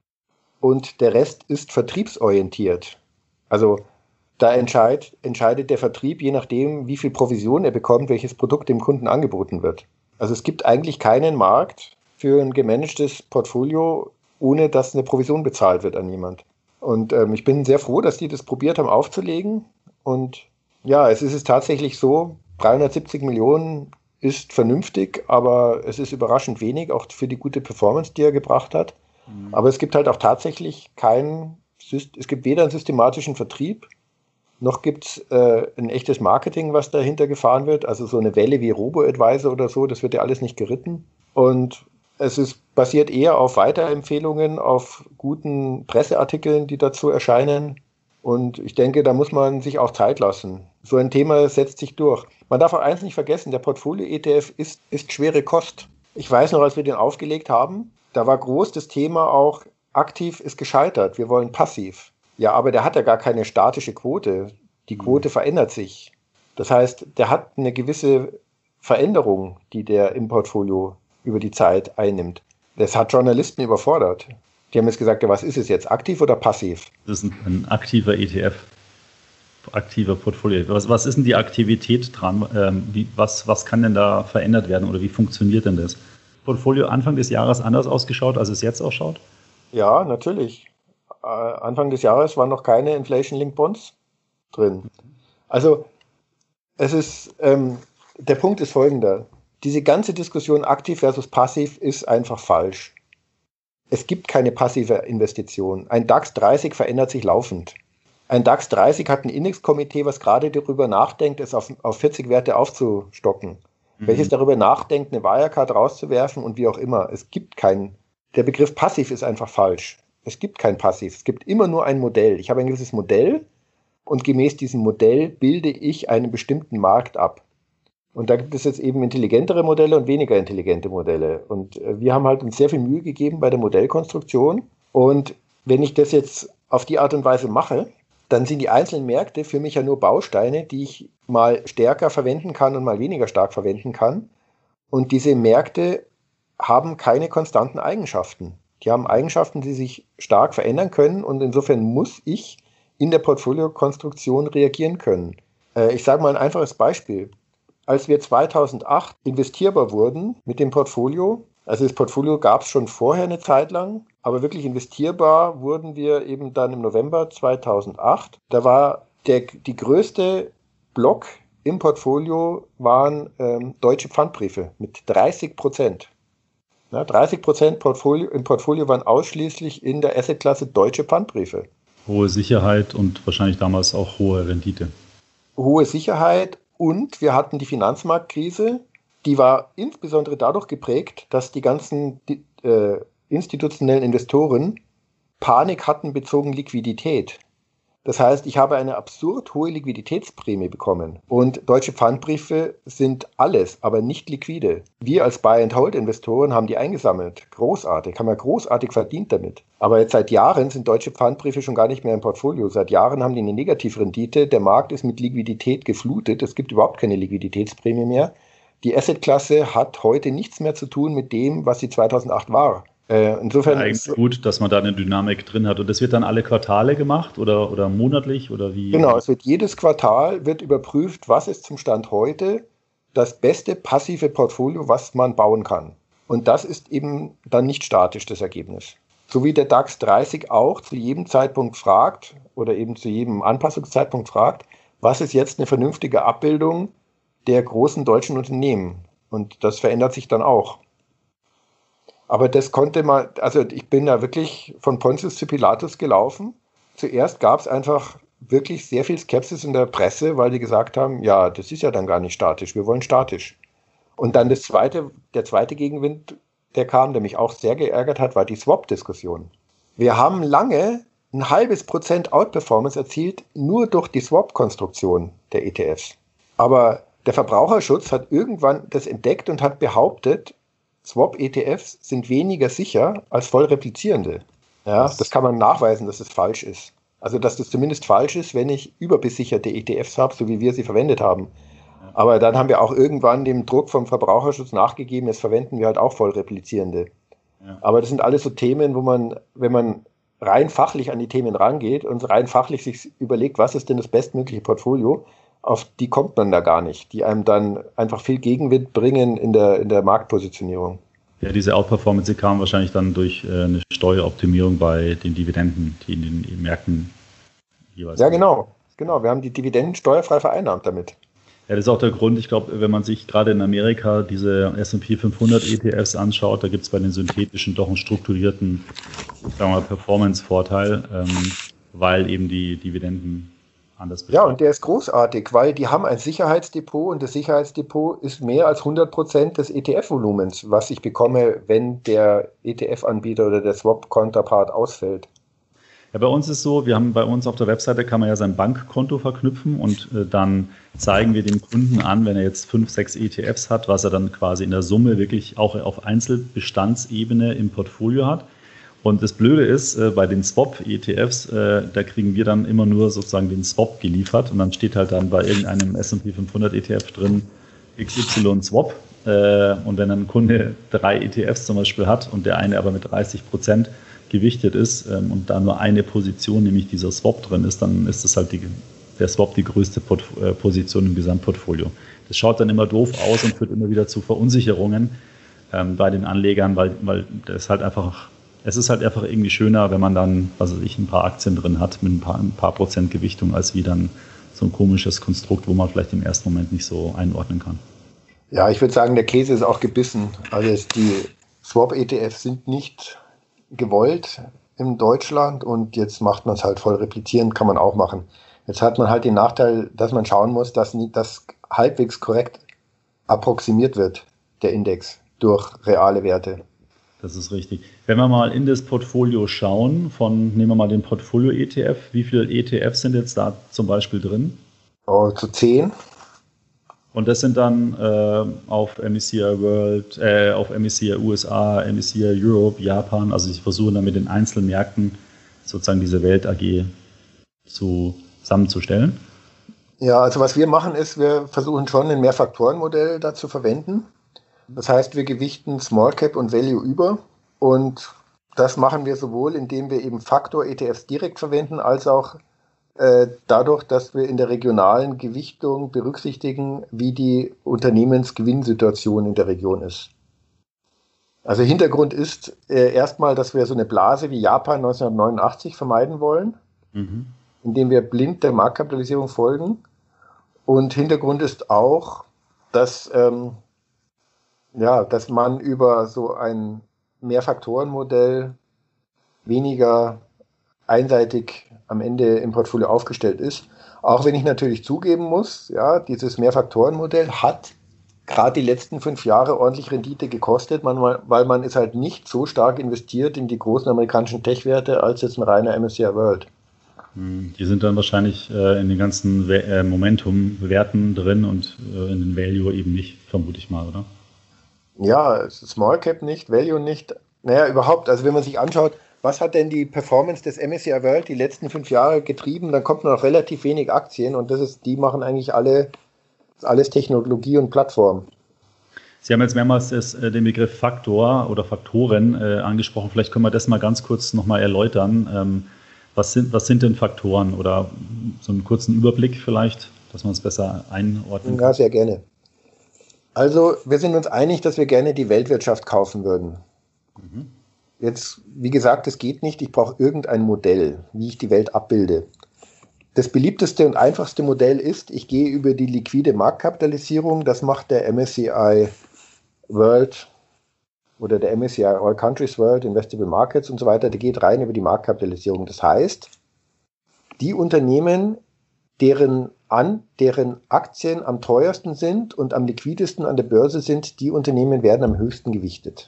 und der Rest ist vertriebsorientiert. Also da entscheid, entscheidet der Vertrieb, je nachdem, wie viel Provision er bekommt, welches Produkt dem Kunden angeboten wird. Also es gibt eigentlich keinen Markt für ein gemanagtes Portfolio, ohne dass eine Provision bezahlt wird an jemand. Und ähm, ich bin sehr froh, dass die das probiert haben aufzulegen. Und ja, es ist es tatsächlich so, dreihundertsiebzig Millionen ist vernünftig, aber es ist überraschend wenig, auch für die gute Performance, die er gebracht hat. Mhm. Aber es gibt halt auch tatsächlich keinen, es gibt weder einen systematischen Vertrieb, noch gibt es äh, ein echtes Marketing, was dahinter gefahren wird. Also so eine Welle wie Robo-Advisor oder so, das wird ja alles nicht geritten. Und es ist basiert eher auf Weiterempfehlungen, auf guten Presseartikeln, die dazu erscheinen. Und ich denke, da muss man sich auch Zeit lassen. So ein Thema setzt sich durch. Man darf auch eins nicht vergessen, der Portfolio-E T F ist, ist schwere Kost. Ich weiß noch, als wir den aufgelegt haben, da war groß das Thema auch, aktiv ist gescheitert, wir wollen passiv. Ja, aber der hat ja gar keine statische Quote. Die Quote mhm. verändert sich. Das heißt, der hat eine gewisse Veränderung, die der im Portfolio über die Zeit einnimmt. Das hat Journalisten überfordert. Die haben jetzt gesagt, ja, was ist es jetzt, aktiv oder passiv? Das ist ein, ein aktiver E T F, aktiver Portfolio. Was, was ist denn die Aktivität dran? Ähm, wie, was, was kann denn da verändert werden oder wie funktioniert denn das? Portfolio Anfang des Jahres anders ausgeschaut, als es jetzt ausschaut? Ja, natürlich. Äh, Anfang des Jahres waren noch keine Inflation-Linked Bonds drin. Also es ist, ähm, der Punkt ist folgender. Diese ganze Diskussion aktiv versus passiv ist einfach falsch. Es gibt keine passive Investition. Ein DAX dreißig verändert sich laufend. Ein DAX dreißig hat ein Indexkomitee, was gerade darüber nachdenkt, es auf, auf vierzig Werte aufzustocken. Mhm. Welches darüber nachdenkt, eine Wirecard rauszuwerfen und wie auch immer. Es gibt keinen. Der Begriff passiv ist einfach falsch. Es gibt kein Passiv. Es gibt immer nur ein Modell. Ich habe ein gewisses Modell und gemäß diesem Modell bilde ich einen bestimmten Markt ab. Und da gibt es jetzt eben intelligentere Modelle und weniger intelligente Modelle. Und wir haben halt uns sehr viel Mühe gegeben bei der Modellkonstruktion. Und wenn ich das jetzt auf die Art und Weise mache, dann sind die einzelnen Märkte für mich ja nur Bausteine, die ich mal stärker verwenden kann und mal weniger stark verwenden kann. Und diese Märkte haben keine konstanten Eigenschaften. Die haben Eigenschaften, die sich stark verändern können. Und insofern muss ich in der Portfoliokonstruktion reagieren können. Ich sage mal ein einfaches Beispiel. Als wir zweitausendacht investierbar wurden mit dem Portfolio, also das Portfolio gab es schon vorher eine Zeit lang, aber wirklich investierbar wurden wir eben dann im November zweitausendacht. Da war der, die größte Block im Portfolio waren ähm, deutsche Pfandbriefe mit dreißig Prozent. Ja, dreißig Prozent Portfolio, im Portfolio waren ausschließlich in der Assetklasse deutsche Pfandbriefe. Hohe Sicherheit und wahrscheinlich damals auch hohe Rendite. Hohe Sicherheit. Und wir hatten die Finanzmarktkrise, die war insbesondere dadurch geprägt, dass die ganzen äh, institutionellen Investoren Panik hatten bezogen Liquidität. Das heißt, ich habe eine absurd hohe Liquiditätsprämie bekommen. Und deutsche Pfandbriefe sind alles, aber nicht liquide. Wir als Buy-and-Hold-Investoren haben die eingesammelt. Großartig, haben wir großartig verdient damit. Aber jetzt seit Jahren sind deutsche Pfandbriefe schon gar nicht mehr im Portfolio. Seit Jahren haben die eine Negativrendite. Der Markt ist mit Liquidität geflutet. Es gibt überhaupt keine Liquiditätsprämie mehr. Die Assetklasse hat heute nichts mehr zu tun mit dem, was sie zweitausendacht war. Äh, insofern ja, ist gut, dass man da eine Dynamik drin hat. Und das wird dann alle Quartale gemacht oder, oder monatlich oder wie? Genau, es wird jedes Quartal wird überprüft, was ist zum Stand heute das beste passive Portfolio, was man bauen kann. Und das ist eben dann nicht statisch, das Ergebnis. So wie der DAX dreißig auch zu jedem Zeitpunkt fragt oder eben zu jedem Anpassungszeitpunkt fragt, was ist jetzt eine vernünftige Abbildung der großen deutschen Unternehmen? Und das verändert sich dann auch. Aber das konnte man, also ich bin da wirklich von Pontius zu Pilatus gelaufen. Zuerst gab es einfach wirklich sehr viel Skepsis in der Presse, weil die gesagt haben, ja, das ist ja dann gar nicht statisch, wir wollen statisch. Und dann das zweite, der zweite Gegenwind, der kam, der mich auch sehr geärgert hat, war die Swap-Diskussion. Wir haben lange ein halbes Prozent Outperformance erzielt, nur durch die Swap-Konstruktion der E T Fs. Aber Der Verbraucherschutz hat irgendwann das entdeckt und hat behauptet, Swap-E T Fs sind weniger sicher als voll replizierende. Ja, das kann man nachweisen, dass es falsch ist. Also, dass das zumindest falsch ist, wenn ich überbesicherte E T Fs habe, so wie wir sie verwendet haben. Aber dann haben wir auch irgendwann dem Druck vom Verbraucherschutz nachgegeben, jetzt verwenden wir halt auch voll replizierende. Ja. Aber das sind alles so Themen, wo man, wenn man rein fachlich an die Themen rangeht und rein fachlich sich überlegt, was ist denn das bestmögliche Portfolio, auf die kommt man da gar nicht, die einem dann einfach viel Gegenwind bringen in der, in der Marktpositionierung. Ja, diese Outperformance die kam wahrscheinlich dann durch äh, eine Steueroptimierung bei den Dividenden, die in den Märkten jeweils. Ja, genau. Genau, wir haben die Dividenden steuerfrei vereinnahmt damit. Ja, das ist auch der Grund, ich glaube, wenn man sich gerade in Amerika diese S und P fünfhundert E T Fs anschaut, da gibt es bei den synthetischen doch einen strukturierten, sagen wir mal, Performance-Vorteil, ähm, weil eben die Dividenden anders bestehen. Ja, und der ist großartig, weil die haben ein Sicherheitsdepot und das Sicherheitsdepot ist mehr als hundert Prozent des E T F-Volumens, was ich bekomme, wenn der E T F-Anbieter oder der Swap-Counterpart ausfällt. Ja, bei uns ist so, wir haben bei uns auf der Webseite kann man ja sein Bankkonto verknüpfen und äh, dann zeigen wir dem Kunden an, wenn er jetzt fünf, sechs E T Fs hat, was er dann quasi in der Summe wirklich auch auf Einzelbestandsebene im Portfolio hat. Und das Blöde ist, äh, bei den Swap-E T Fs, äh, da kriegen wir dann immer nur sozusagen den Swap geliefert und dann steht halt dann bei irgendeinem S und P fünfhundert E T F drin X Y Swap. Äh, und wenn ein Kunde drei E T Fs zum Beispiel hat und der eine aber mit dreißig Prozent gewichtet ist ähm, und da nur eine Position, nämlich dieser Swap drin ist, dann ist das halt die, der Swap die größte Port- äh, Position im Gesamtportfolio. Das schaut dann immer doof aus und führt immer wieder zu Verunsicherungen ähm, bei den Anlegern, weil, weil das halt einfach, es ist halt einfach irgendwie schöner, wenn man dann, was weiß ich, ein paar Aktien drin hat mit ein paar, ein paar Prozent Gewichtung, als wie dann so ein komisches Konstrukt, wo man vielleicht im ersten Moment nicht so einordnen kann. Ja, ich würde sagen, der Käse ist auch gebissen. Also die Swap-E T Fs sind nicht gewollt in Deutschland und jetzt macht man es halt voll replizierend, kann man auch machen. Jetzt hat man halt den Nachteil, dass man schauen muss, dass das halbwegs korrekt approximiert wird, der Index, durch reale Werte. Das ist richtig. Wenn wir mal in das Portfolio schauen, von, nehmen wir mal den Portfolio-E T F, wie viele E T Fs sind jetzt da zum Beispiel drin? Oh, zu zehn. Und das sind dann äh, auf M S C I World, äh, auf M S C I U S A, M S C I Europe, Japan. Also ich versuche dann mit den Einzelmärkten sozusagen diese Welt-A G zu, zusammenzustellen. Ja, also was wir machen ist, wir versuchen schon ein Mehrfaktorenmodell da zu verwenden. Das heißt, wir gewichten Small Cap und Value über und das machen wir sowohl, indem wir eben Faktor-E T Fs direkt verwenden, als auch dadurch, dass wir in der regionalen Gewichtung berücksichtigen, wie die Unternehmensgewinnsituation in der Region ist. Also Hintergrund ist äh, erstmal, dass wir so eine Blase wie Japan neunzehnhundertneunundachtzig vermeiden wollen, mhm. indem wir blind der Marktkapitalisierung folgen. Und Hintergrund ist auch, dass, ähm, ja, dass man über so ein Mehrfaktorenmodell weniger einseitig am Ende im Portfolio aufgestellt ist. Auch wenn ich natürlich zugeben muss, ja, dieses Mehrfaktorenmodell hat gerade die letzten fünf Jahre ordentlich Rendite gekostet, man, weil man ist halt nicht so stark investiert in die großen amerikanischen Tech-Werte als jetzt ein reiner M S C I World. Die sind dann wahrscheinlich äh, in den ganzen äh, Momentum-Werten drin und äh, in den Value eben nicht, vermute ich mal, oder? Ja, Small Cap nicht, Value nicht. Naja, überhaupt, also wenn man sich anschaut, was hat denn die Performance des M S C I World die letzten fünf Jahre getrieben? Dann kommt noch relativ wenig Aktien und das ist, die machen eigentlich alle, alles Technologie und Plattform. Sie haben jetzt mehrmals das, äh, den Begriff Faktor oder Faktoren äh, angesprochen. Vielleicht können wir das mal ganz kurz nochmal erläutern. Ähm, was sind, was sind denn Faktoren oder so einen kurzen Überblick vielleicht, dass man es besser einordnen kann? Ja, sehr gerne. Also wir sind uns einig, dass wir gerne die Weltwirtschaft kaufen würden. Mhm. Jetzt, wie gesagt, es geht nicht. Ich brauche irgendein Modell, wie ich die Welt abbilde. Das beliebteste und einfachste Modell ist, ich gehe über die liquide Marktkapitalisierung. Das macht der M S C I World oder der M S C I All Countries World, Investable Markets und so weiter. Der geht rein über die Marktkapitalisierung. Das heißt, die Unternehmen, deren, an, deren Aktien am teuersten sind und am liquidesten an der Börse sind, die Unternehmen werden am höchsten gewichtet.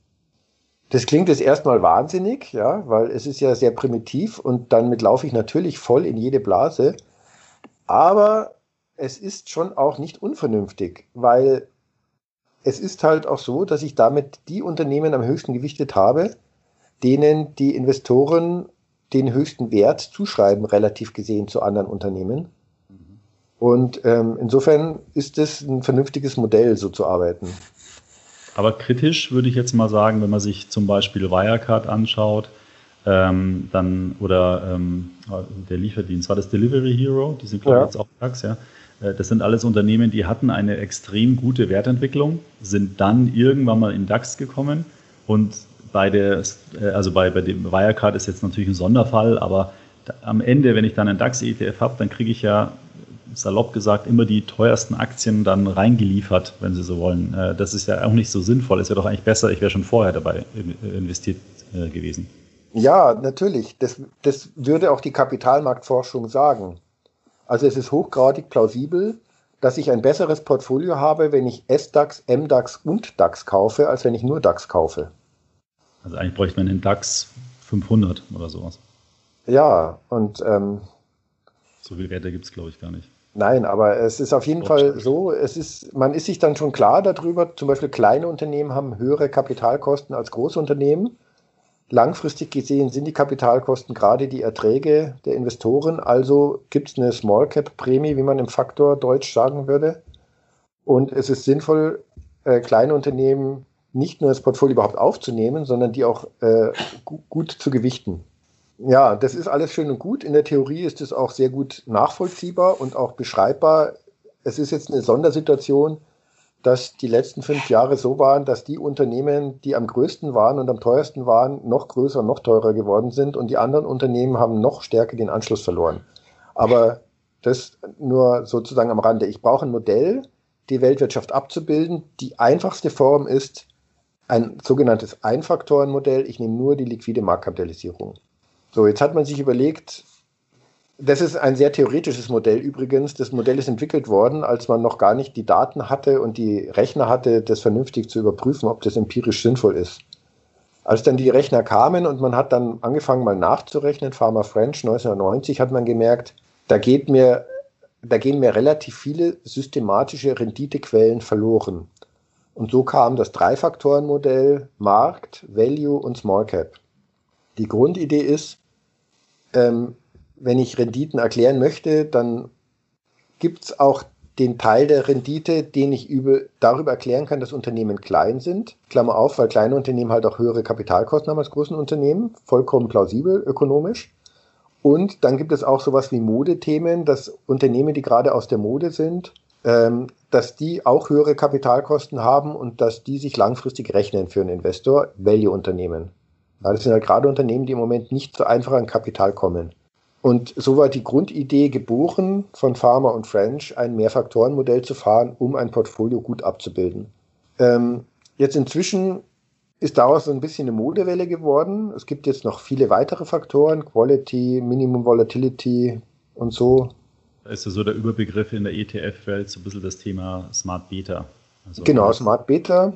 Das klingt jetzt erstmal wahnsinnig, ja, weil es ist ja sehr primitiv und damit laufe ich natürlich voll in jede Blase. Aber es ist schon auch nicht unvernünftig, weil es ist halt auch so, dass ich damit die Unternehmen am höchsten gewichtet habe, denen die Investoren den höchsten Wert zuschreiben, relativ gesehen zu anderen Unternehmen. Und ähm, insofern ist es ein vernünftiges Modell, so zu arbeiten. Aber kritisch würde ich jetzt mal sagen, wenn man sich zum Beispiel Wirecard anschaut, ähm, dann oder ähm, der Lieferdienst, war das Delivery Hero? Die sind, glaube ich, ja. jetzt auch DAX, ja. Das sind alles Unternehmen, die hatten eine extrem gute Wertentwicklung, sind dann irgendwann mal in DAX gekommen und bei der, also bei, bei dem Wirecard ist jetzt natürlich ein Sonderfall, aber da, am Ende, wenn ich dann einen DAX-E T F habe, dann kriege ich ja, salopp gesagt, immer die teuersten Aktien dann reingeliefert, wenn Sie so wollen. Das ist ja auch nicht so sinnvoll. Es wäre doch eigentlich besser, ich wäre schon vorher dabei investiert gewesen. Ja, natürlich. Das, das würde auch die Kapitalmarktforschung sagen. Also es ist hochgradig plausibel, dass ich ein besseres Portfolio habe, wenn ich S DAX, M DAX und DAX kaufe, als wenn ich nur DAX kaufe. Also eigentlich bräuchte man den DAX fünfhundert oder sowas. Ja, und ähm, so viele Werte gibt es, glaube ich, gar nicht. Nein, aber es ist auf jeden Doch, Fall so, es ist, man ist sich dann schon klar darüber, zum Beispiel kleine Unternehmen haben höhere Kapitalkosten als große Unternehmen. Langfristig gesehen sind die Kapitalkosten gerade die Erträge der Investoren, also gibt es eine Small Cap Prämie, wie man im Faktor Deutsch sagen würde. Und es ist sinnvoll, äh, kleine Unternehmen nicht nur das Portfolio überhaupt aufzunehmen, sondern die auch äh, gu- gut zu gewichten. Ja, das ist alles schön und gut. In der Theorie ist es auch sehr gut nachvollziehbar und auch beschreibbar. Es ist jetzt eine Sondersituation, dass die letzten fünf Jahre so waren, dass die Unternehmen, die am größten waren und am teuersten waren, noch größer, noch teurer geworden sind und die anderen Unternehmen haben noch stärker den Anschluss verloren. Aber das nur sozusagen am Rande. Ich brauche ein Modell, die Weltwirtschaft abzubilden. Die einfachste Form ist ein sogenanntes Einfaktorenmodell. Ich nehme nur die liquide Marktkapitalisierung. So, jetzt hat man sich überlegt, das ist ein sehr theoretisches Modell übrigens. Das Modell ist entwickelt worden, als man noch gar nicht die Daten hatte und die Rechner hatte, das vernünftig zu überprüfen, ob das empirisch sinnvoll ist. Als dann die Rechner kamen und man hat dann angefangen mal nachzurechnen, Farmer French neunzehnhundertneunzig, hat man gemerkt, da geht mir, da gehen mir relativ viele systematische Renditequellen verloren. Und so kam das Drei-Faktoren-Modell Markt, Value und Small Cap. Die Grundidee ist, ähm, wenn ich Renditen erklären möchte, dann gibt es auch den Teil der Rendite, den ich über, darüber erklären kann, dass Unternehmen klein sind. Klammer auf, weil kleine Unternehmen halt auch höhere Kapitalkosten haben als große Unternehmen. Vollkommen plausibel ökonomisch. Und dann gibt es auch sowas wie Modethemen, dass Unternehmen, die gerade aus der Mode sind, ähm, dass die auch höhere Kapitalkosten haben und dass die sich langfristig rechnen für einen Investor, Value-Unternehmen. Ja, das sind halt gerade Unternehmen, die im Moment nicht so einfach an Kapital kommen. Und so war die Grundidee geboren von Farmer und French, ein Mehrfaktorenmodell zu fahren, um ein Portfolio gut abzubilden. Ähm, jetzt inzwischen ist daraus so ein bisschen eine Modewelle geworden. Es gibt jetzt noch viele weitere Faktoren, Quality, Minimum Volatility und so. Da ist ja so der Überbegriff in der E T F-Welt so ein bisschen das Thema Smart Beta. Also genau, Smart Beta.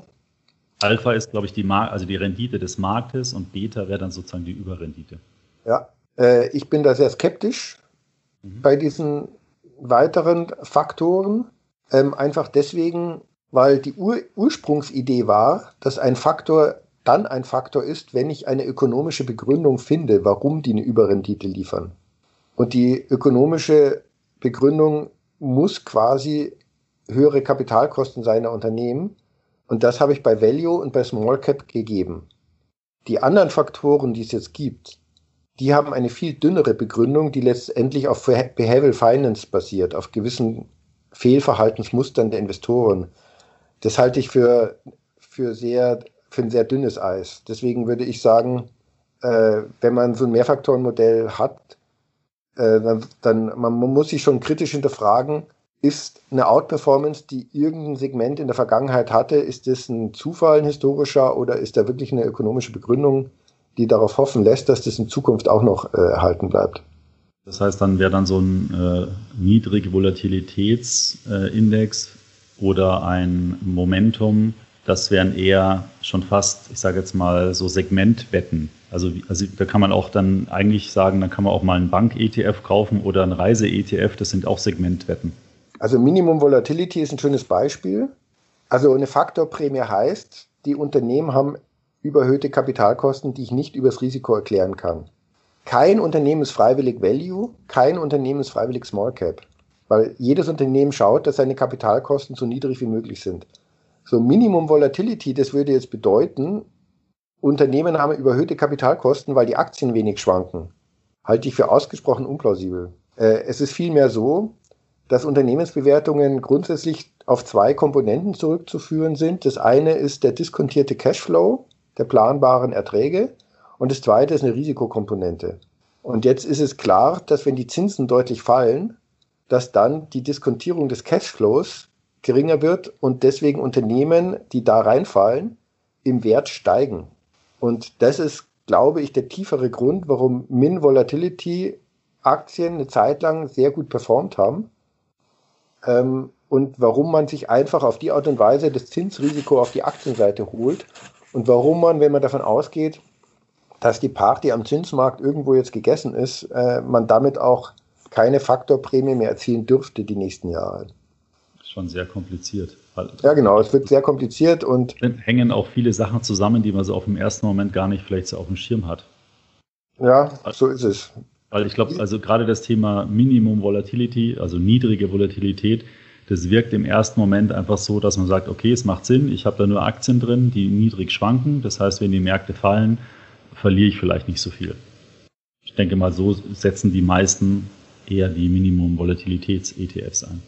Alpha ist, glaube ich, die, Mar- also die Rendite des Marktes und Beta wäre dann sozusagen die Überrendite. Ja. Ich bin da sehr skeptisch mhm. bei diesen weiteren Faktoren. Ähm, einfach deswegen, weil die Ur- Ursprungsidee war, dass ein Faktor dann ein Faktor ist, wenn ich eine ökonomische Begründung finde, warum die eine Überrendite liefern. Und die ökonomische Begründung muss quasi höhere Kapitalkosten seiner Unternehmen. Und das habe ich bei Value und bei Small Cap gegeben. Die anderen Faktoren, die es jetzt gibt, die haben eine viel dünnere Begründung, die letztendlich auf Behavioral Finance basiert, auf gewissen Fehlverhaltensmustern der Investoren. Das halte ich für, für, sehr, für ein sehr dünnes Eis. Deswegen würde ich sagen, äh, wenn man so ein Mehrfaktorenmodell hat, äh, dann, dann man muss sich schon kritisch hinterfragen, ist eine Outperformance, die irgendein Segment in der Vergangenheit hatte, ist das ein Zufall, ein historischer, oder ist da wirklich eine ökonomische Begründung, die darauf hoffen lässt, dass das in Zukunft auch noch äh, erhalten bleibt. Das heißt, dann wäre dann so ein äh, niedrige Volatilitätsindex äh, oder ein Momentum, das wären eher schon fast, ich sage jetzt mal, so Segmentwetten. Also, also da kann man auch dann eigentlich sagen, da kann man auch mal einen Bank-E T F kaufen oder einen Reise-E T F, das sind auch Segmentwetten. Also Minimum Volatility ist ein schönes Beispiel. Also eine Faktorprämie heißt, die Unternehmen haben überhöhte Kapitalkosten, die ich nicht übers Risiko erklären kann. Kein Unternehmen ist freiwillig Value, kein Unternehmen ist freiwillig Small Cap, weil jedes Unternehmen schaut, dass seine Kapitalkosten so niedrig wie möglich sind. So Minimum Volatility, das würde jetzt bedeuten, Unternehmen haben überhöhte Kapitalkosten, weil die Aktien wenig schwanken. Halte ich für ausgesprochen unplausibel. Äh, es ist vielmehr so, dass Unternehmensbewertungen grundsätzlich auf zwei Komponenten zurückzuführen sind. Das eine ist der diskontierte Cashflow der planbaren Erträge und das zweite ist eine Risikokomponente. Und jetzt ist es klar, dass wenn die Zinsen deutlich fallen, dass dann die Diskontierung des Cashflows geringer wird und deswegen Unternehmen, die da reinfallen, im Wert steigen. Und das ist, glaube ich, der tiefere Grund, warum Min-Volatility-Aktien eine Zeit lang sehr gut performt haben ähm, und warum man sich einfach auf die Art und Weise das Zinsrisiko auf die Aktienseite holt und warum man, wenn man davon ausgeht, dass die Party am Zinsmarkt irgendwo jetzt gegessen ist, äh, man damit auch keine Faktorprämie mehr erzielen dürfte die nächsten Jahre. Schon sehr kompliziert. Ja, genau, es wird sehr kompliziert und hängen auch viele Sachen zusammen, die man so auf dem ersten Moment gar nicht vielleicht so auf dem Schirm hat. Ja, so ist es. Weil ich glaube, also gerade das Thema Minimum Volatility, also niedrige Volatilität, das wirkt im ersten Moment einfach so, dass man sagt, okay, es macht Sinn, ich habe da nur Aktien drin, die niedrig schwanken. Das heißt, wenn die Märkte fallen, verliere ich vielleicht nicht so viel. Ich denke mal, so setzen die meisten eher die Minimum Volatilitäts-E T Fs ein.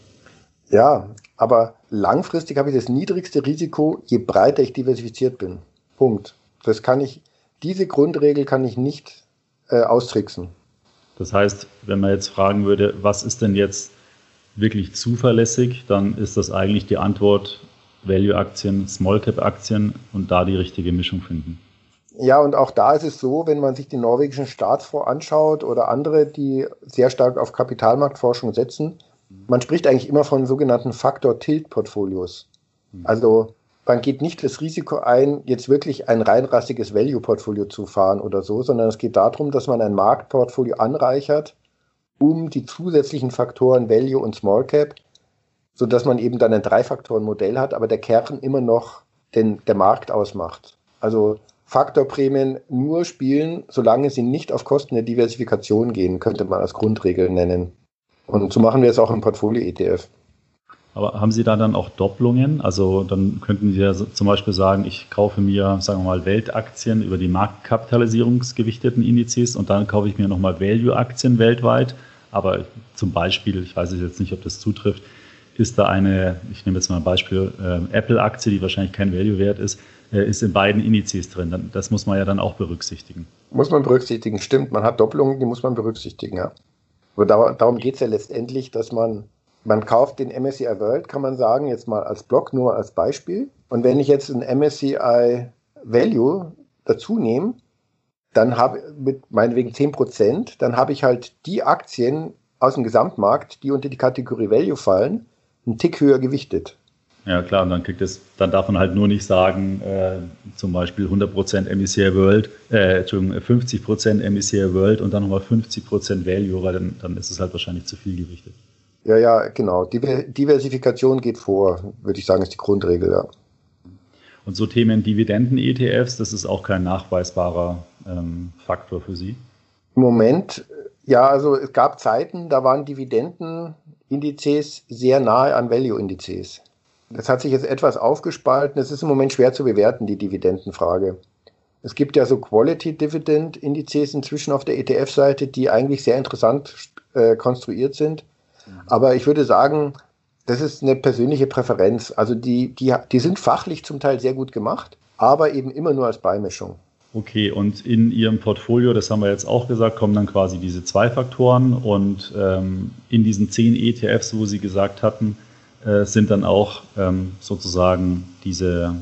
Ja, aber langfristig habe ich das niedrigste Risiko, je breiter ich diversifiziert bin. Punkt. Das kann ich, diese Grundregel kann ich nicht äh, austricksen. Das heißt, wenn man jetzt fragen würde, was ist denn jetzt wirklich zuverlässig, dann ist das eigentlich die Antwort Value-Aktien, Small-Cap-Aktien und da die richtige Mischung finden. Ja, und auch da ist es so, wenn man sich die norwegischen Staatsfonds anschaut oder andere, die sehr stark auf Kapitalmarktforschung setzen, man spricht eigentlich immer von sogenannten Faktor-Tilt-Portfolios. Also man geht nicht das Risiko ein, jetzt wirklich ein reinrassiges Value-Portfolio zu fahren oder so, sondern es geht darum, dass man ein Marktportfolio anreichert, um die zusätzlichen Faktoren Value und Small Cap, sodass man eben dann ein Drei-Faktoren-Modell hat, aber der Kern immer noch den, der Markt ausmacht. Also Faktorprämien nur spielen, solange sie nicht auf Kosten der Diversifikation gehen, könnte man als Grundregel nennen. Und so machen wir es auch im Portfolio-E T F. Aber haben Sie da dann auch Doppelungen? Also dann könnten Sie ja zum Beispiel sagen, ich kaufe mir, sagen wir mal, Weltaktien über die marktkapitalisierungsgewichteten Indizes und dann kaufe ich mir nochmal Value-Aktien weltweit. Aber zum Beispiel, ich weiß jetzt nicht, ob das zutrifft, ist da eine, ich nehme jetzt mal ein Beispiel, äh, Apple-Aktie, die wahrscheinlich kein Value-Wert ist, äh, ist in beiden Indizes drin. Das muss man ja dann auch berücksichtigen. Muss man berücksichtigen, stimmt. Man hat Doppelungen, die muss man berücksichtigen, ja. Aber da, darum geht es ja letztendlich, dass man, man kauft den M S C I World, kann man sagen, jetzt mal als Block, nur als Beispiel. Und wenn ich jetzt ein M S C I Value dazu nehme, dann habe ich mit meinetwegen zehn Prozent, dann habe ich halt die Aktien aus dem Gesamtmarkt, die unter die Kategorie Value fallen, einen Tick höher gewichtet. Ja klar, und dann kriegt es, dann darf man halt nur nicht sagen, äh, zum Beispiel hundert Prozent M S C I World, äh, Entschuldigung, fünfzig Prozent M S C I World und dann nochmal fünfzig Prozent Value, weil dann, dann ist es halt wahrscheinlich zu viel gewichtet. Ja, ja, genau. Diversifikation geht vor, würde ich sagen, ist die Grundregel, ja. Und so Themen Dividenden-E T Fs, das ist auch kein nachweisbarer ähm, Faktor für Sie? Im Moment, ja, also es gab Zeiten, da waren Dividendenindizes sehr nahe an Value-Indizes. Das hat sich jetzt etwas aufgespalten. Es ist im Moment schwer zu bewerten, die Dividendenfrage. Es gibt ja so Quality-Dividend-Indizes inzwischen auf der E T F-Seite, die eigentlich sehr interessant äh, konstruiert sind. Mhm. Aber ich würde sagen, das ist eine persönliche Präferenz. Also die, die, die sind fachlich zum Teil sehr gut gemacht, aber eben immer nur als Beimischung. Okay, und in Ihrem Portfolio, das haben wir jetzt auch gesagt, kommen dann quasi diese zwei Faktoren und ähm, in diesen zehn E T Fs, wo Sie gesagt hatten, äh, sind dann auch ähm, sozusagen diese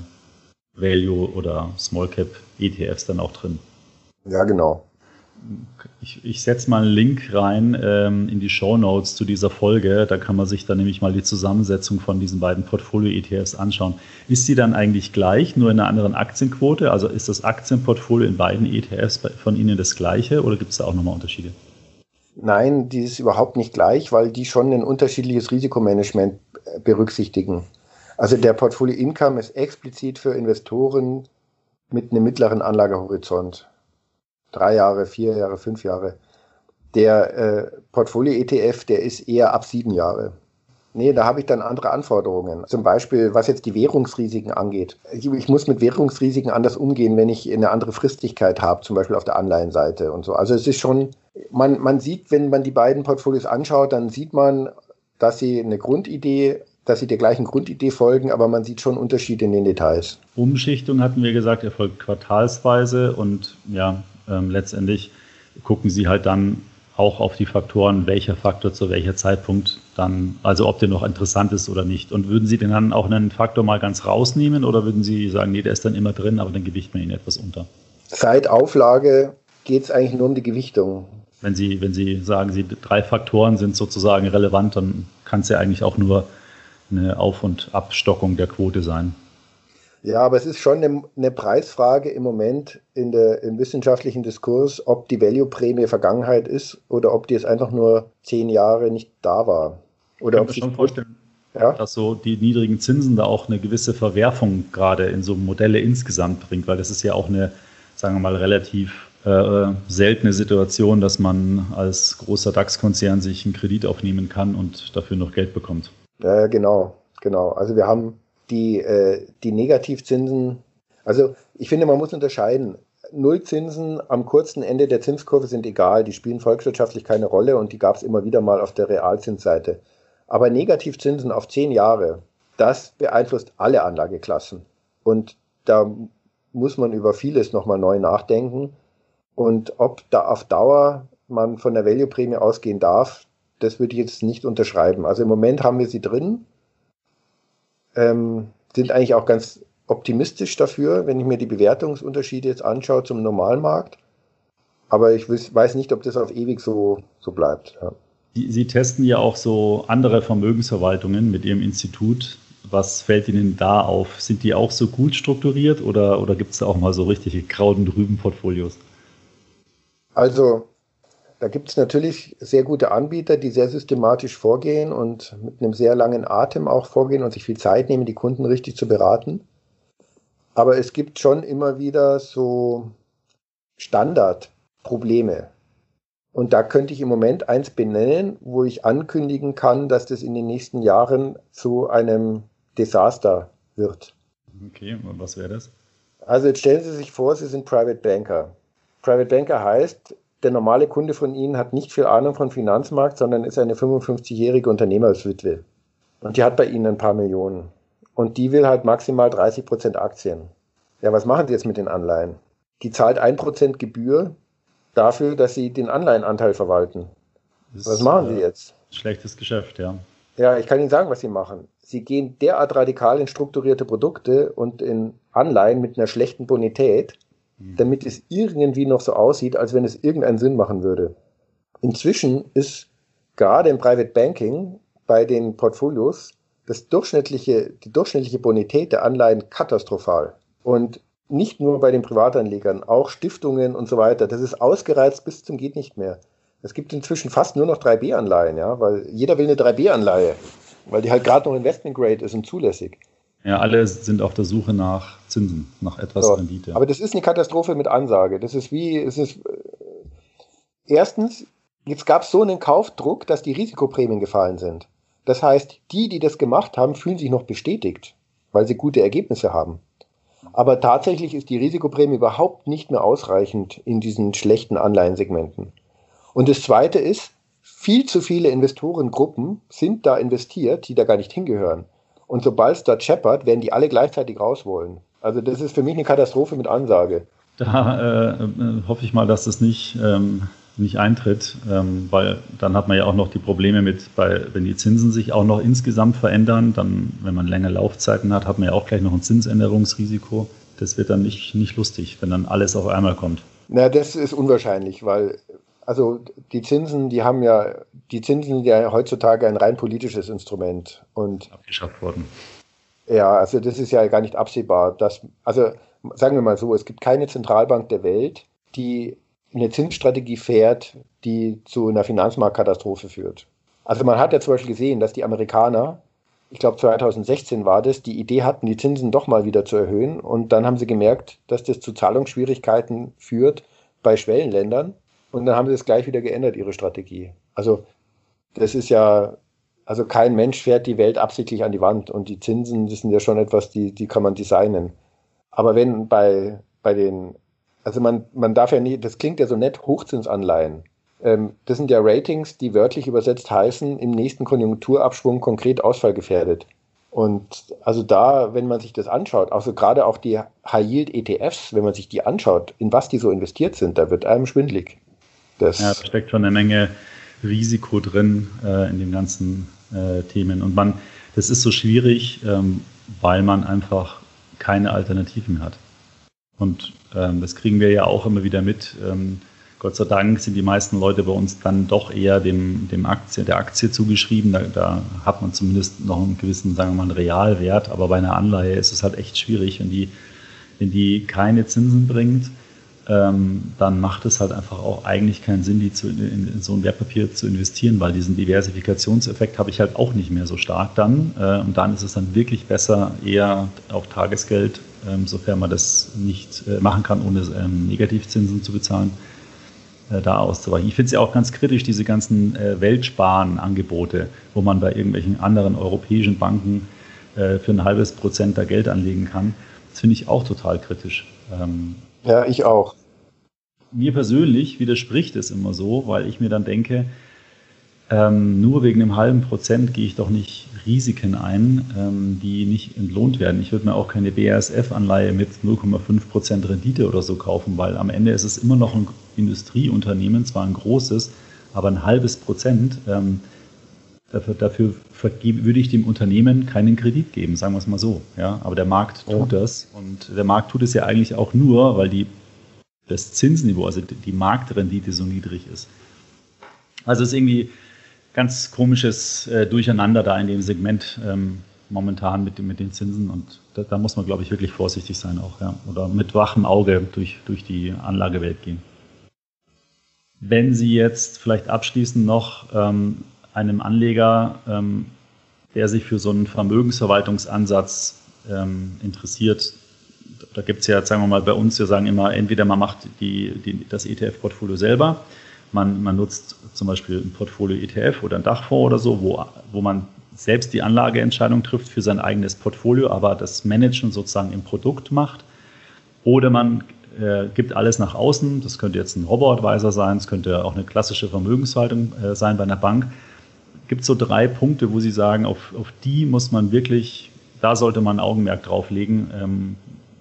Value- oder Small-Cap-E T Fs dann auch drin. Ja, genau. Ich, ich setze mal einen Link rein ähm, in die Shownotes zu dieser Folge. Da kann man sich dann nämlich mal die Zusammensetzung von diesen beiden Portfolio-E T Fs anschauen. Ist sie dann eigentlich gleich, nur in einer anderen Aktienquote? Also ist das Aktienportfolio in beiden E T Fs von Ihnen das gleiche oder gibt es da auch nochmal Unterschiede? Nein, die ist überhaupt nicht gleich, weil die schon ein unterschiedliches Risikomanagement berücksichtigen. Also der Portfolio Income ist explizit für Investoren mit einem mittleren Anlagehorizont. Drei Jahre, vier Jahre, fünf Jahre. Der äh, Portfolio-E T F, der ist eher ab sieben Jahre. Nee, da habe ich dann andere Anforderungen. Zum Beispiel, was jetzt die Währungsrisiken angeht. Ich, ich muss mit Währungsrisiken anders umgehen, wenn ich eine andere Fristigkeit habe, zum Beispiel auf der Anleihenseite und so. Also es ist schon, man, man sieht, wenn man die beiden Portfolios anschaut, dann sieht man, dass sie eine Grundidee, dass sie der gleichen Grundidee folgen, aber man sieht schon Unterschiede in den Details. Umschichtung hatten wir gesagt, erfolgt quartalsweise und ja, ähm, letztendlich gucken Sie halt dann auch auf die Faktoren, welcher Faktor zu welcher Zeitpunkt dann, also ob der noch interessant ist oder nicht. Und würden Sie denn dann auch einen Faktor mal ganz rausnehmen oder würden Sie sagen, nee, der ist dann immer drin, aber dann gewichten wir ihn etwas unter? Seit Auflage geht es eigentlich nur um die Gewichtung. Wenn Sie, wenn Sie sagen, Sie drei Faktoren sind sozusagen relevant, dann kann es ja eigentlich auch nur eine Auf- und Abstockung der Quote sein. Ja, aber es ist schon eine, eine Preisfrage im Moment in der, im wissenschaftlichen Diskurs, ob die Value-Prämie Vergangenheit ist oder ob die jetzt einfach nur zehn Jahre nicht da war. Oder ich kann ob mir sich schon vorstellen, ja? dass so die niedrigen Zinsen da auch eine gewisse Verwerfung gerade in so Modelle insgesamt bringt, weil das ist ja auch eine, sagen wir mal, relativ äh, seltene Situation, dass man als großer DAX-Konzern sich einen Kredit aufnehmen kann und dafür noch Geld bekommt. Ja, genau, genau. Also wir haben die, äh, die Negativzinsen, also ich finde, man muss unterscheiden. Nullzinsen am kurzen Ende der Zinskurve sind egal, die spielen volkswirtschaftlich keine Rolle und die gab es immer wieder mal auf der Realzinsseite. Aber Negativzinsen auf zehn Jahre, das beeinflusst alle Anlageklassen. Und da muss man über vieles nochmal neu nachdenken. Und ob da auf Dauer man von der Value-Prämie ausgehen darf, das würde ich jetzt nicht unterschreiben. Also im Moment haben wir sie drin, ähm, sind eigentlich auch ganz optimistisch dafür, wenn ich mir die Bewertungsunterschiede jetzt anschaue zum Normalmarkt. Aber ich weiß nicht, ob das auf ewig so, so bleibt. Ja. Sie, Sie testen ja auch so andere Vermögensverwaltungen mit Ihrem Institut. Was fällt Ihnen da auf? Sind die auch so gut strukturiert oder, oder gibt es da auch mal so richtige Kraut- und Rüben-Portfolios? Also da gibt es natürlich sehr gute Anbieter, die sehr systematisch vorgehen und mit einem sehr langen Atem auch vorgehen und sich viel Zeit nehmen, die Kunden richtig zu beraten. Aber es gibt schon immer wieder so Standardprobleme. Und da könnte ich im Moment eins benennen, wo ich ankündigen kann, dass das in den nächsten Jahren zu einem Desaster wird. Okay, und was wäre das? Also jetzt stellen Sie sich vor, Sie sind Private Banker. Private Banker heißt, der normale Kunde von Ihnen hat nicht viel Ahnung von Finanzmarkt, sondern ist eine fünfundfünfzigjährige Unternehmerswitwe. Und die hat bei Ihnen ein paar Millionen. Und die will halt maximal dreißig Prozent Aktien. Ja, was machen Sie jetzt mit den Anleihen? Die zahlt ein Prozent Gebühr dafür, dass Sie den Anleihenanteil verwalten. Das was machen Sie jetzt? Schlechtes Geschäft, ja. Ja, ich kann Ihnen sagen, was Sie machen. Sie gehen derart radikal in strukturierte Produkte und in Anleihen mit einer schlechten Bonität, damit es irgendwie noch so aussieht, als wenn es irgendeinen Sinn machen würde. Inzwischen ist gerade im Private Banking bei den Portfolios das durchschnittliche, die durchschnittliche Bonität der Anleihen katastrophal. Und nicht nur bei den Privatanlegern, auch Stiftungen und so weiter. Das ist ausgereizt bis zum geht nicht mehr. Es gibt inzwischen fast nur noch drei B Anleihen, ja, weil jeder will eine drei B Anleihe, weil die halt gerade noch Investment Grade ist und zulässig. Ja, alle sind auf der Suche nach Zinsen, nach etwas so, Rendite. Aber das ist eine Katastrophe mit Ansage. Das ist wie, es ist äh, erstens, jetzt gab es so einen Kaufdruck, dass die Risikoprämien gefallen sind. Das heißt, die, die das gemacht haben, fühlen sich noch bestätigt, weil sie gute Ergebnisse haben. Aber tatsächlich ist die Risikoprämie überhaupt nicht mehr ausreichend in diesen schlechten Anleihensegmenten. Und das Zweite ist, viel zu viele Investorengruppen sind da investiert, die da gar nicht hingehören. Und sobald es da scheppert, werden die alle gleichzeitig raus wollen. Also das ist für mich eine Katastrophe mit Ansage. Da äh, äh, hoffe ich mal, dass das nicht, ähm, nicht eintritt, ähm, weil dann hat man ja auch noch die Probleme mit, bei, wenn die Zinsen sich auch noch insgesamt verändern, dann, wenn man längere Laufzeiten hat, hat man ja auch gleich noch ein Zinsänderungsrisiko. Das wird dann nicht, nicht lustig, wenn dann alles auf einmal kommt. Na, das ist unwahrscheinlich, weil also die Zinsen, die haben ja, die Zinsen sind ja heutzutage ein rein politisches Instrument. Und abgeschafft worden. Ja, also das ist ja gar nicht absehbar. Dass, also sagen wir mal so, es gibt keine Zentralbank der Welt, die eine Zinsstrategie fährt, die zu einer Finanzmarktkatastrophe führt. Also man hat ja zum Beispiel gesehen, dass die Amerikaner, ich glaube zwanzig sechzehn war das, die Idee hatten, die Zinsen doch mal wieder zu erhöhen. Und dann haben sie gemerkt, dass das zu Zahlungsschwierigkeiten führt bei Schwellenländern. Und dann haben sie es gleich wieder geändert, ihre Strategie. Also das ist ja, also kein Mensch fährt die Welt absichtlich an die Wand. Und die Zinsen, das sind ja schon etwas, die, die kann man designen. Aber wenn bei, bei den, also man, man darf ja nie, das klingt ja so nett, Hochzinsanleihen. Ähm, das sind ja Ratings, die wörtlich übersetzt heißen, im nächsten Konjunkturabschwung konkret ausfallgefährdet. Und also da, wenn man sich das anschaut, also gerade auch die High-Yield-E T Fs, wenn man sich die anschaut, in was die so investiert sind, da wird einem schwindelig. Das ja, da steckt schon eine Menge Risiko drin äh, in den ganzen äh, Themen. Und man, das ist so schwierig, ähm, weil man einfach keine Alternativen hat. Und ähm, das kriegen wir ja auch immer wieder mit. Ähm, Gott sei Dank sind die meisten Leute bei uns dann doch eher dem, dem Aktie, der Aktie zugeschrieben. Da, da hat man zumindest noch einen gewissen, sagen wir mal, einen Realwert. Aber bei einer Anleihe ist es halt echt schwierig. Wenn die, wenn die keine Zinsen bringt, ähm, dann macht es halt einfach auch eigentlich keinen Sinn, die zu, in, in so ein Wertpapier zu investieren, weil diesen Diversifikationseffekt habe ich halt auch nicht mehr so stark dann. Äh, und dann ist es dann wirklich besser, eher auf Tagesgeld, ähm, sofern man das nicht äh, machen kann, ohne ähm, Negativzinsen zu bezahlen, da auszuweichen. Ich finde es ja auch ganz kritisch, diese ganzen äh, Weltsparen-Angebote, wo man bei irgendwelchen anderen europäischen Banken äh, für ein halbes Prozent da Geld anlegen kann. Das finde ich auch total kritisch. Ähm, ja, ich auch. Mir persönlich widerspricht es immer so, weil ich mir dann denke, ähm, nur wegen einem halben Prozent gehe ich doch nicht Risiken ein, ähm, die nicht entlohnt werden. Ich würde mir auch keine B A S F-Anleihe mit null Komma fünf Prozent Rendite oder so kaufen, weil am Ende ist es immer noch ein Industrieunternehmen, zwar ein großes, aber ein halbes Prozent. Ähm, dafür dafür vergebe, würde ich dem Unternehmen keinen Kredit geben, sagen wir es mal so. Ja? Aber der Markt tut ja. das und der Markt tut es ja eigentlich auch nur, weil die, das Zinsniveau, also die Marktrendite so niedrig ist. Also es ist irgendwie ganz komisches äh, Durcheinander da in dem Segment ähm, momentan mit, mit den Zinsen und da, da muss man, glaube ich, wirklich vorsichtig sein auch, ja, oder mit wachem Auge durch, durch die Anlagewelt gehen. Wenn Sie jetzt vielleicht abschließend noch ähm, einem Anleger, ähm, der sich für so einen Vermögensverwaltungsansatz ähm, interessiert, da gibt es ja, sagen wir mal, bei uns, wir sagen immer, entweder man macht die, die, das E T F-Portfolio selber, Man, man nutzt zum Beispiel ein Portfolio-E T F oder ein Dachfonds oder so, wo, wo man selbst die Anlageentscheidung trifft für sein eigenes Portfolio, aber das Managen sozusagen im Produkt macht. Oder man äh, gibt alles nach außen. Das könnte jetzt ein Robo-Advisor sein, es könnte auch eine klassische Vermögensverwaltung äh, sein bei einer Bank. Gibt es so drei Punkte, wo Sie sagen, auf, auf die muss man wirklich, da sollte man ein Augenmerk drauf legen, ähm,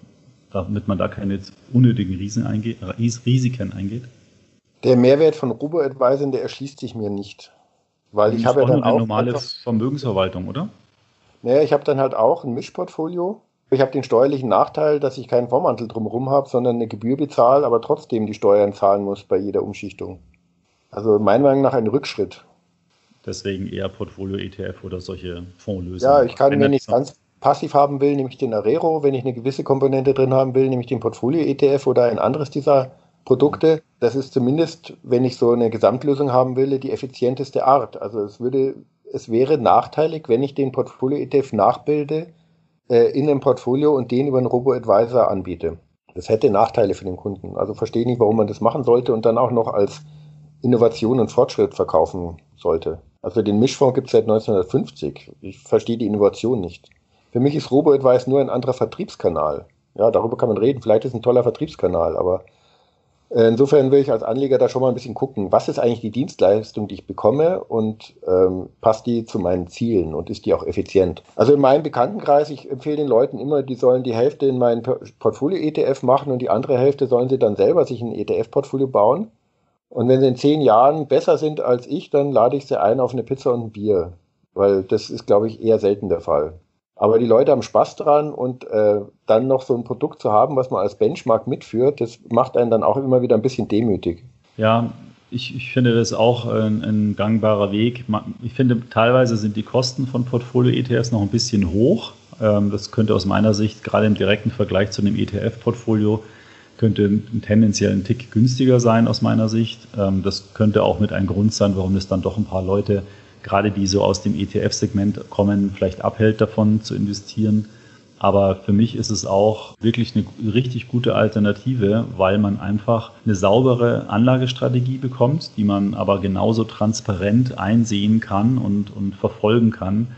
damit man da keine unnötigen Risiken eingeht? Risiken eingeht? Der Mehrwert von Robo-Advisern, der erschließt sich mir nicht. Weil ich habe ja dann auch eine normale Vermögensverwaltung, oder? Naja, ich habe dann halt auch ein Mischportfolio. Ich habe den steuerlichen Nachteil, dass ich keinen Vormantel drumherum habe, sondern eine Gebühr bezahle, aber trotzdem die Steuern zahlen muss bei jeder Umschichtung. Also meiner Meinung nach ein Rückschritt. Deswegen eher Portfolio-E T F oder solche Fondslösungen. Ja, ich kann, wenn ich es ganz passiv haben will, nehme ich den Arero. Wenn ich eine gewisse Komponente drin haben will, nehme ich den Portfolio-E T F oder ein anderes dieser Produkte. Das ist zumindest, wenn ich so eine Gesamtlösung haben will, die effizienteste Art. Also es würde, es wäre nachteilig, wenn ich den Portfolio-E T F nachbilde äh, in einem Portfolio und den über einen Robo-Advisor anbiete. Das hätte Nachteile für den Kunden. Also verstehe nicht, warum man das machen sollte und dann auch noch als Innovation und Fortschritt verkaufen sollte. Also den Mischfonds gibt es seit neunzehnhundertfünfzig. Ich verstehe die Innovation nicht. Für mich ist Robo-Advisor nur ein anderer Vertriebskanal. Ja, darüber kann man reden. Vielleicht ist es ein toller Vertriebskanal, aber insofern will ich als Anleger da schon mal ein bisschen gucken, was ist eigentlich die Dienstleistung, die ich bekomme und ähm, passt die zu meinen Zielen und ist die auch effizient? Also in meinem Bekanntenkreis, ich empfehle den Leuten immer, die sollen die Hälfte in meinen Portfolio-E T F machen und die andere Hälfte sollen sie dann selber sich ein E T F-Portfolio bauen. Und wenn sie in zehn Jahren besser sind als ich, dann lade ich sie ein auf eine Pizza und ein Bier, weil das ist, glaube ich, eher selten der Fall. Aber die Leute haben Spaß dran und äh, dann noch so ein Produkt zu haben, was man als Benchmark mitführt, das macht einen dann auch immer wieder ein bisschen demütig. Ja, ich, ich finde das auch ein, ein gangbarer Weg. Ich finde, teilweise sind die Kosten von Portfolio-E T Fs noch ein bisschen hoch. Ähm, das könnte aus meiner Sicht gerade im direkten Vergleich zu einem E T F-Portfolio könnte tendenziell ein Tick günstiger sein aus meiner Sicht. Das könnte auch mit ein Grund sein, warum es dann doch ein paar Leute, gerade die so aus dem E T F-Segment kommen, vielleicht abhält davon zu investieren. Aber für mich ist es auch wirklich eine richtig gute Alternative, weil man einfach eine saubere Anlagestrategie bekommt, die man aber genauso transparent einsehen kann und, und verfolgen kann.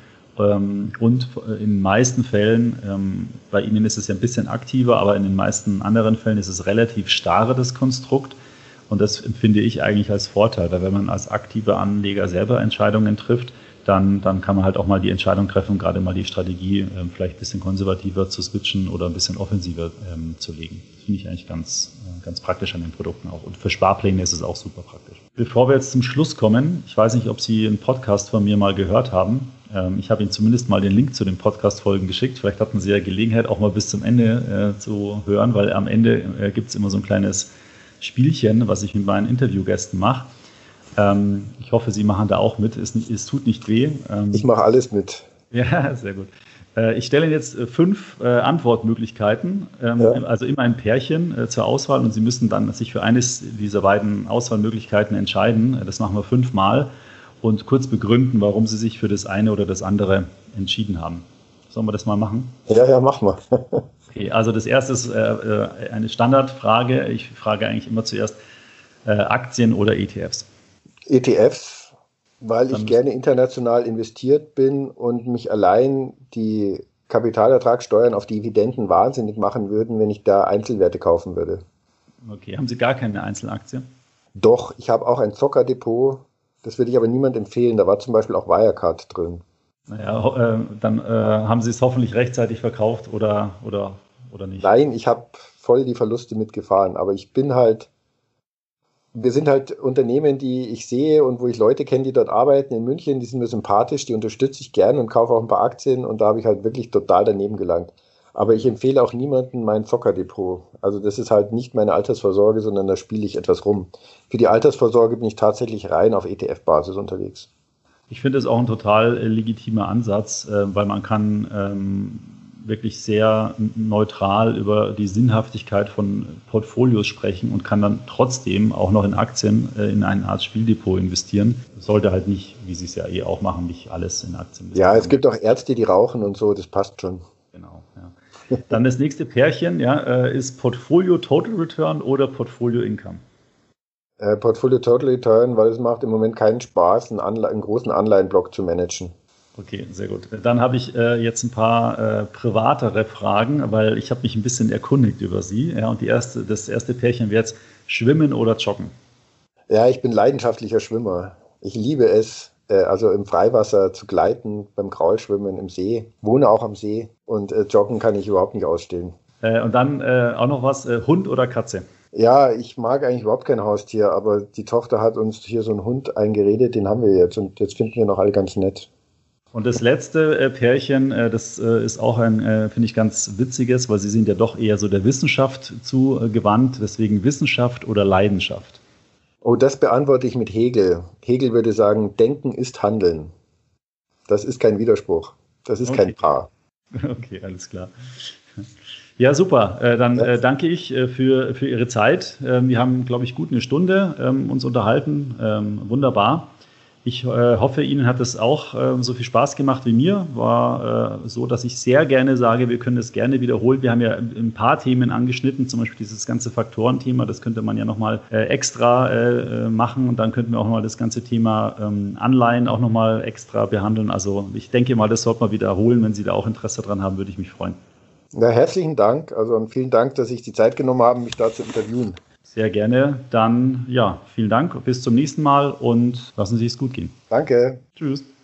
Und in den meisten Fällen, bei Ihnen ist es ja ein bisschen aktiver, aber in den meisten anderen Fällen ist es relativ starre, das Konstrukt. Und das empfinde ich eigentlich als Vorteil, weil wenn man als aktiver Anleger selber Entscheidungen trifft, dann, dann kann man halt auch mal die Entscheidung treffen, gerade mal die Strategie äh, vielleicht ein bisschen konservativer zu switchen oder ein bisschen offensiver ähm, zu legen. Das finde ich eigentlich ganz, äh, ganz praktisch an den Produkten auch. Und für Sparpläne ist es auch super praktisch. Bevor wir jetzt zum Schluss kommen, ich weiß nicht, ob Sie einen Podcast von mir mal gehört haben. Ähm, ich habe Ihnen zumindest mal den Link zu den Podcast-Folgen geschickt. Vielleicht hatten Sie ja Gelegenheit, auch mal bis zum Ende äh, zu hören, weil am Ende äh, gibt es immer so ein kleines Spielchen, was ich mit meinen Interviewgästen mache. Ähm, ich hoffe, Sie machen da auch mit. Es, es tut nicht weh. Ähm, ich mache alles mit. Ja, sehr gut. Äh, ich stelle Ihnen jetzt äh, fünf äh, Antwortmöglichkeiten, ähm, ja. also immer ein Pärchen äh, zur Auswahl und Sie müssen dann sich für eines dieser beiden Auswahlmöglichkeiten entscheiden. Das machen wir fünfmal und kurz begründen, warum Sie sich für das eine oder das andere entschieden haben. Sollen wir das mal machen? Ja, ja, mach mal. Okay, also das erste ist äh, eine Standardfrage. Ich frage eigentlich immer zuerst äh, Aktien oder E T Fs. E T Fs, weil ich gerne international investiert bin und mich allein die Kapitalertragssteuern auf Dividenden wahnsinnig machen würden, wenn ich da Einzelwerte kaufen würde. Okay, haben Sie gar keine Einzelaktie? Doch, ich habe auch ein Zockerdepot, das würde ich aber niemand empfehlen. Da war zum Beispiel auch Wirecard drin. Naja, äh, dann äh, haben Sie es hoffentlich rechtzeitig verkauft oder, oder, oder nicht? Nein, ich habe voll die Verluste mitgefahren, aber ich bin halt Wir sind halt Unternehmen, die ich sehe und wo ich Leute kenne, die dort arbeiten in München, die sind mir sympathisch, die unterstütze ich gern und kaufe auch ein paar Aktien und da habe ich halt wirklich total daneben gelangt. Aber ich empfehle auch niemandem mein Zockerdepot. Also das ist halt nicht meine Altersvorsorge, sondern da spiele ich etwas rum. Für die Altersvorsorge bin ich tatsächlich rein auf E T F-Basis unterwegs. Ich finde es auch ein total äh, legitimer Ansatz, äh, weil man kann ähm, wirklich sehr neutral über die Sinnhaftigkeit von Portfolios sprechen und kann dann trotzdem auch noch in Aktien äh, in eine Art Spieldepot investieren. Sollte halt nicht, wie Sie es ja eh auch machen, nicht alles in Aktien investieren. Ja, es gibt auch Ärzte, die rauchen und so, das passt schon. Genau, ja. Dann das nächste Pärchen, ja, äh, ist Portfolio Total Return oder Portfolio Income? Äh, Portfolio Total Return, weil es macht im Moment keinen Spaß, einen, Anle- einen großen Anleihenblock zu managen. Okay, sehr gut. Dann habe ich äh, jetzt ein paar äh, privatere Fragen, weil ich habe mich ein bisschen erkundigt über Sie. Ja, und die erste, das erste Pärchen wäre jetzt Schwimmen oder Joggen? Ja, ich bin leidenschaftlicher Schwimmer. Ich liebe es, äh, also im Freiwasser zu gleiten, beim Kraulschwimmen im See. Wohne auch am See und äh, Joggen kann ich überhaupt nicht ausstehen. Äh, und dann äh, auch noch was, äh, Hund oder Katze? Ja, ich mag eigentlich überhaupt kein Haustier, aber die Tochter hat uns hier so einen Hund eingeredet, den haben wir jetzt und jetzt finden wir noch alle ganz nett. Und das letzte äh, Pärchen, äh, das äh, ist auch ein, äh, finde ich, ganz witziges, weil Sie sind ja doch eher so der Wissenschaft zugewandt. Deswegen Wissenschaft oder Leidenschaft? Oh, das beantworte ich mit Hegel. Hegel würde sagen, Denken ist Handeln. Das ist kein Widerspruch. Das ist okay. Kein Paar. Okay, alles klar. Ja, super. Äh, dann äh, danke ich äh, für, für Ihre Zeit. Ähm, wir haben, glaube ich, gut eine Stunde ähm, uns unterhalten. Ähm, wunderbar. Ich äh, hoffe, Ihnen hat es auch äh, so viel Spaß gemacht wie mir. War äh, so, dass ich sehr gerne sage, wir können das gerne wiederholen. Wir haben ja ein paar Themen angeschnitten, zum Beispiel dieses ganze Faktorenthema. Das könnte man ja nochmal äh, extra äh, machen. Und dann könnten wir auch nochmal das ganze Thema ähm, Anleihen auch nochmal extra behandeln. Also ich denke mal, das sollte man wiederholen. Wenn Sie da auch Interesse dran haben, würde ich mich freuen. Ja, herzlichen Dank. Also und vielen Dank, dass Sie sich die Zeit genommen haben, mich da zu interviewen. Sehr gerne. Dann, ja, vielen Dank. Bis zum nächsten Mal und lassen Sie es gut gehen. Danke. Tschüss.